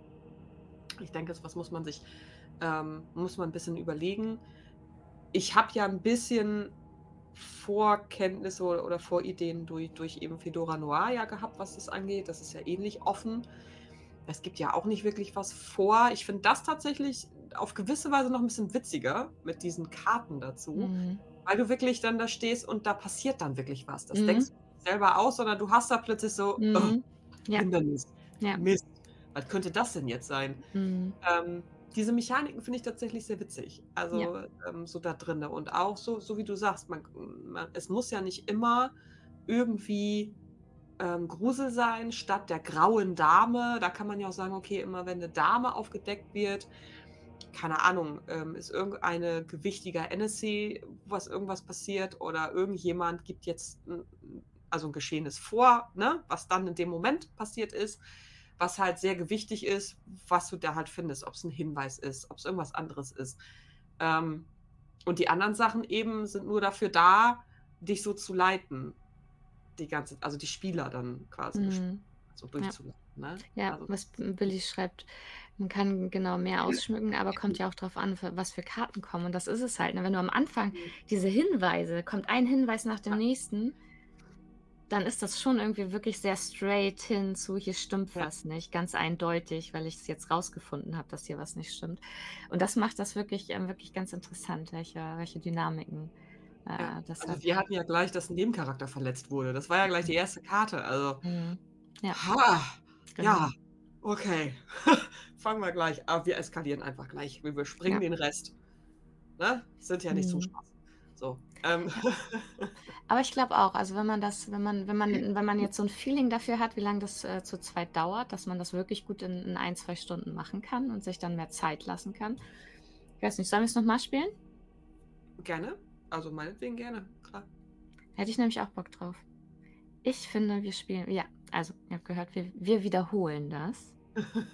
Ich denke, so was muss man sich ähm, muss man 'n bisschen überlegen. Ich habe ja 'n bisschen Vorkenntnisse o oder Vorideen durch durch eben Fedora Noir ja gehabt, was das angeht. Das ist ja ähnlich offen. Es gibt ja auch nicht wirklich was vor. Ich finde das tatsächlich auf gewisse Weise noch 'n bisschen witziger mit diesen Karten dazu, Mhm. weil du wirklich dann da stehst und da passiert dann wirklich was. Das denkst Mhm. du nicht selber aus, sondern du hast da plötzlich so: Mhm. Ja. „Hindernis, Ja. Mist, was könnte das denn jetzt sein?“ Mhm. Ähm, diese Mechaniken finde ich tatsächlich sehr witzig, Ja. also, ähm, so da drinne und auch so so wie du sagst, man ma es muss ja nicht immer irgendwie, ähm, Grusel sein statt der Grauen Dame. Da kann man ja auch sagen, okay, immer wenn 'ne Dame aufgedeckt wird, keine Ahnung, ähm, ist irgendeine gewichtiger N S C, was irgendwas passiert oder irgendjemand gibt jetzt 'n 'n also, 'n Geschehnis vor, ne, was dann in dem Moment passiert ist, was halt sehr gewichtig ist, was du da halt findest, ob's 'n Hinweis ist, ob's irgendwas anderes ist. Ähm, und die anderen Sachen eben sind nur dafür da, dich so zu leiten, die ganze also, die Spieler dann quasi gesch Mhm. so Ja. durchzuleiten, ne? Ja, Also, was das B Billy schreibt, man kann genau mehr ausschmücken, aber kommt ja auch drauf an, für was für Karten kommen. Und das ist es halt, ne? Wenn du am Anfang Mhm. diese Hinweise kommt ein Hinweis nach dem Ja. nächsten dann ist das schon irgendwie wirklich sehr straight hin zu: „Hier stimmt Ja. was nicht“, ganz eindeutig, weil ich's jetzt rausgefunden habe, dass hier was nicht stimmt. Und das macht das wirklich ähm, wirklich ganz interessant, welche welche Dynamiken, Ja, äh, das also, hat. wir hatten ja gleich, dass 'n Nebencharakter verletzt wurde. Das war ja gleich die erste Karte, also Mhm. Ja, ha, ja, genau. okay. Fangen wir gleich a wir eskalieren einfach gleich. Wir überspringen Ja. den Rest, ne? Sind ja nicht zum Mhm. Spaß. So, ähm Ja. Aber ich glaube auch, also, wenn man das wenn man wenn man wenn man jetzt so 'n Feeling dafür hat, wie lang das, äh, zu zweit dauert, dass man das wirklich gut in in ein, zwei Stunden machen kann und sich dann mehr Zeit lassen kann. Ich weiß nicht, sollen wir's noch mal spielen? Gerne, also, meinetwegen gerne, klar. Hätte ich nämlich auch Bock drauf. Ich finde, wir spielen ja, also, ihr habt gehört, wir wir wiederholen das.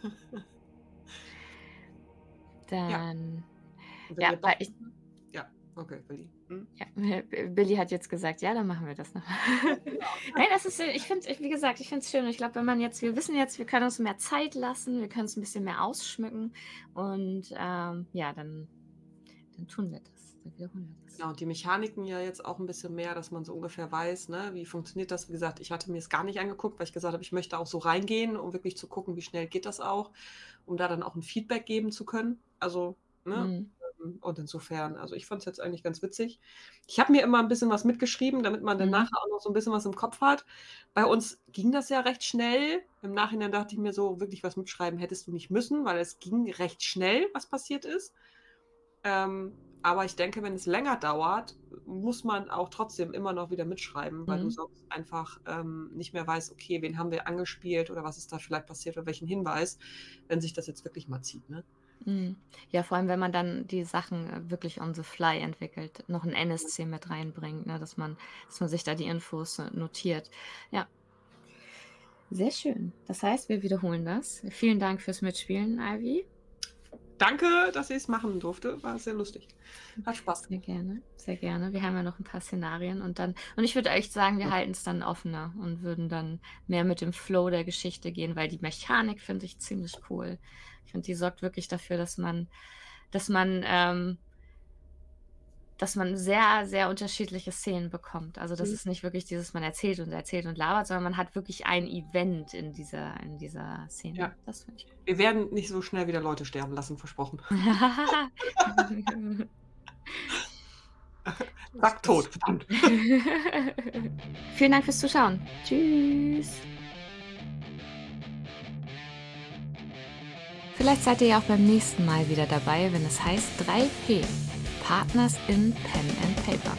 Ja. Dann Und wenn ja, ihr weil Bock ich ja. Okay, Willi. Mhm. Ja, B Billy hat jetzt gesagt: „Ja, dann machen wir das noch.“ Ja, genau. Nein, das ist, äh ich finde wie gesagt, ich finde es schön und ich glaube, wenn man jetzt wir wissen jetzt, wir können uns mehr Zeit lassen, wir können es 'n bisschen mehr ausschmücken und, ähm, ja, dann dann tun wir das. Dann wiederholen wir das. Genau, und die Mechaniken ja jetzt auch 'n bisschen mehr, dass man so ungefähr weiß, ne, wie funktioniert das? Wie gesagt, ich hatte mir's gar nicht angeguckt, weil ich gesagt habe, ich möchte auch so reingehen, um wirklich zu gucken, wie schnell geht das auch, um da dann auch 'n Feedback geben zu können. Also, ne? Mhm. Ähm, und insofern also, ich fand's jetzt eigentlich ganz witzig. Ich habe mir immer 'n bisschen was mitgeschrieben, damit man dann Mhm. nachher auch noch so 'n bisschen was im Kopf hat. Bei uns ging das ja recht schnell. Im Nachhinein dachte ich mir so: „Wirklich was mitschreiben hättest du nicht müssen“, weil es ging recht schnell, was passiert ist. Ähm, aber ich denke, wenn es länger dauert, muss man auch trotzdem immer noch wieder mitschreiben, weil du Mhm. sonst einfach, ähm, nicht mehr weißt: „Okay, wen haben wir angespielt oder was ist da vielleicht passiert oder welchen Hinweis“, wenn sich das jetzt wirklich mal zieht, ne? Mhm. Ja, vor allem, wenn man dann die Sachen, äh, wirklich on the fly entwickelt, noch 'n N S C mit reinbringt, ne, dass man dass man sich da die Infos, äh, notiert. Ja. Sehr schön. Das heißt, wir wiederholen das. Vielen Dank fürs Mitspielen, Ivy. Danke, dass ich's machen durfte. War sehr lustig. Hat Spaß Sehr gemacht. gerne, sehr gerne. Wir haben ja noch 'n paar Szenarien und dann und ich würde echt sagen, wir Ja. halten's dann offener und würden dann mehr mit dem Flow der Geschichte gehen, weil die Mechanik finde ich ziemlich cool. Ich finde, die sorgt wirklich dafür, dass man dass man, ähm dass man sehr, sehr unterschiedliche Szenen bekommt. Also, das Mhm. ist nicht wirklich dieses man erzählt und erzählt und labert, sondern man hat wirklich ein Event in dieser in dieser Szene. Ja. Das finde ich cool. Wir werden nicht so schnell wieder Leute sterben lassen, versprochen. Das Zack, das tot, verdammt. Vielen Dank fürs Zuschauen. Tschüss. Vielleicht seid ihr ja auch beim nächsten Mal wieder dabei, wenn es heißt drei P, Partners in Pen and Paper.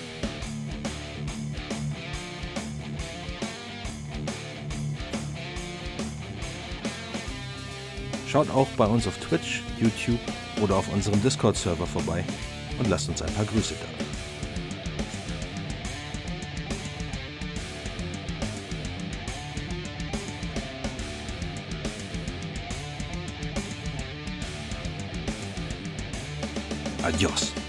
Schaut auch bei uns auf Twitch, YouTube oder auf unserem Discord-Server vorbei und lasst uns ein paar Grüße da. Adios.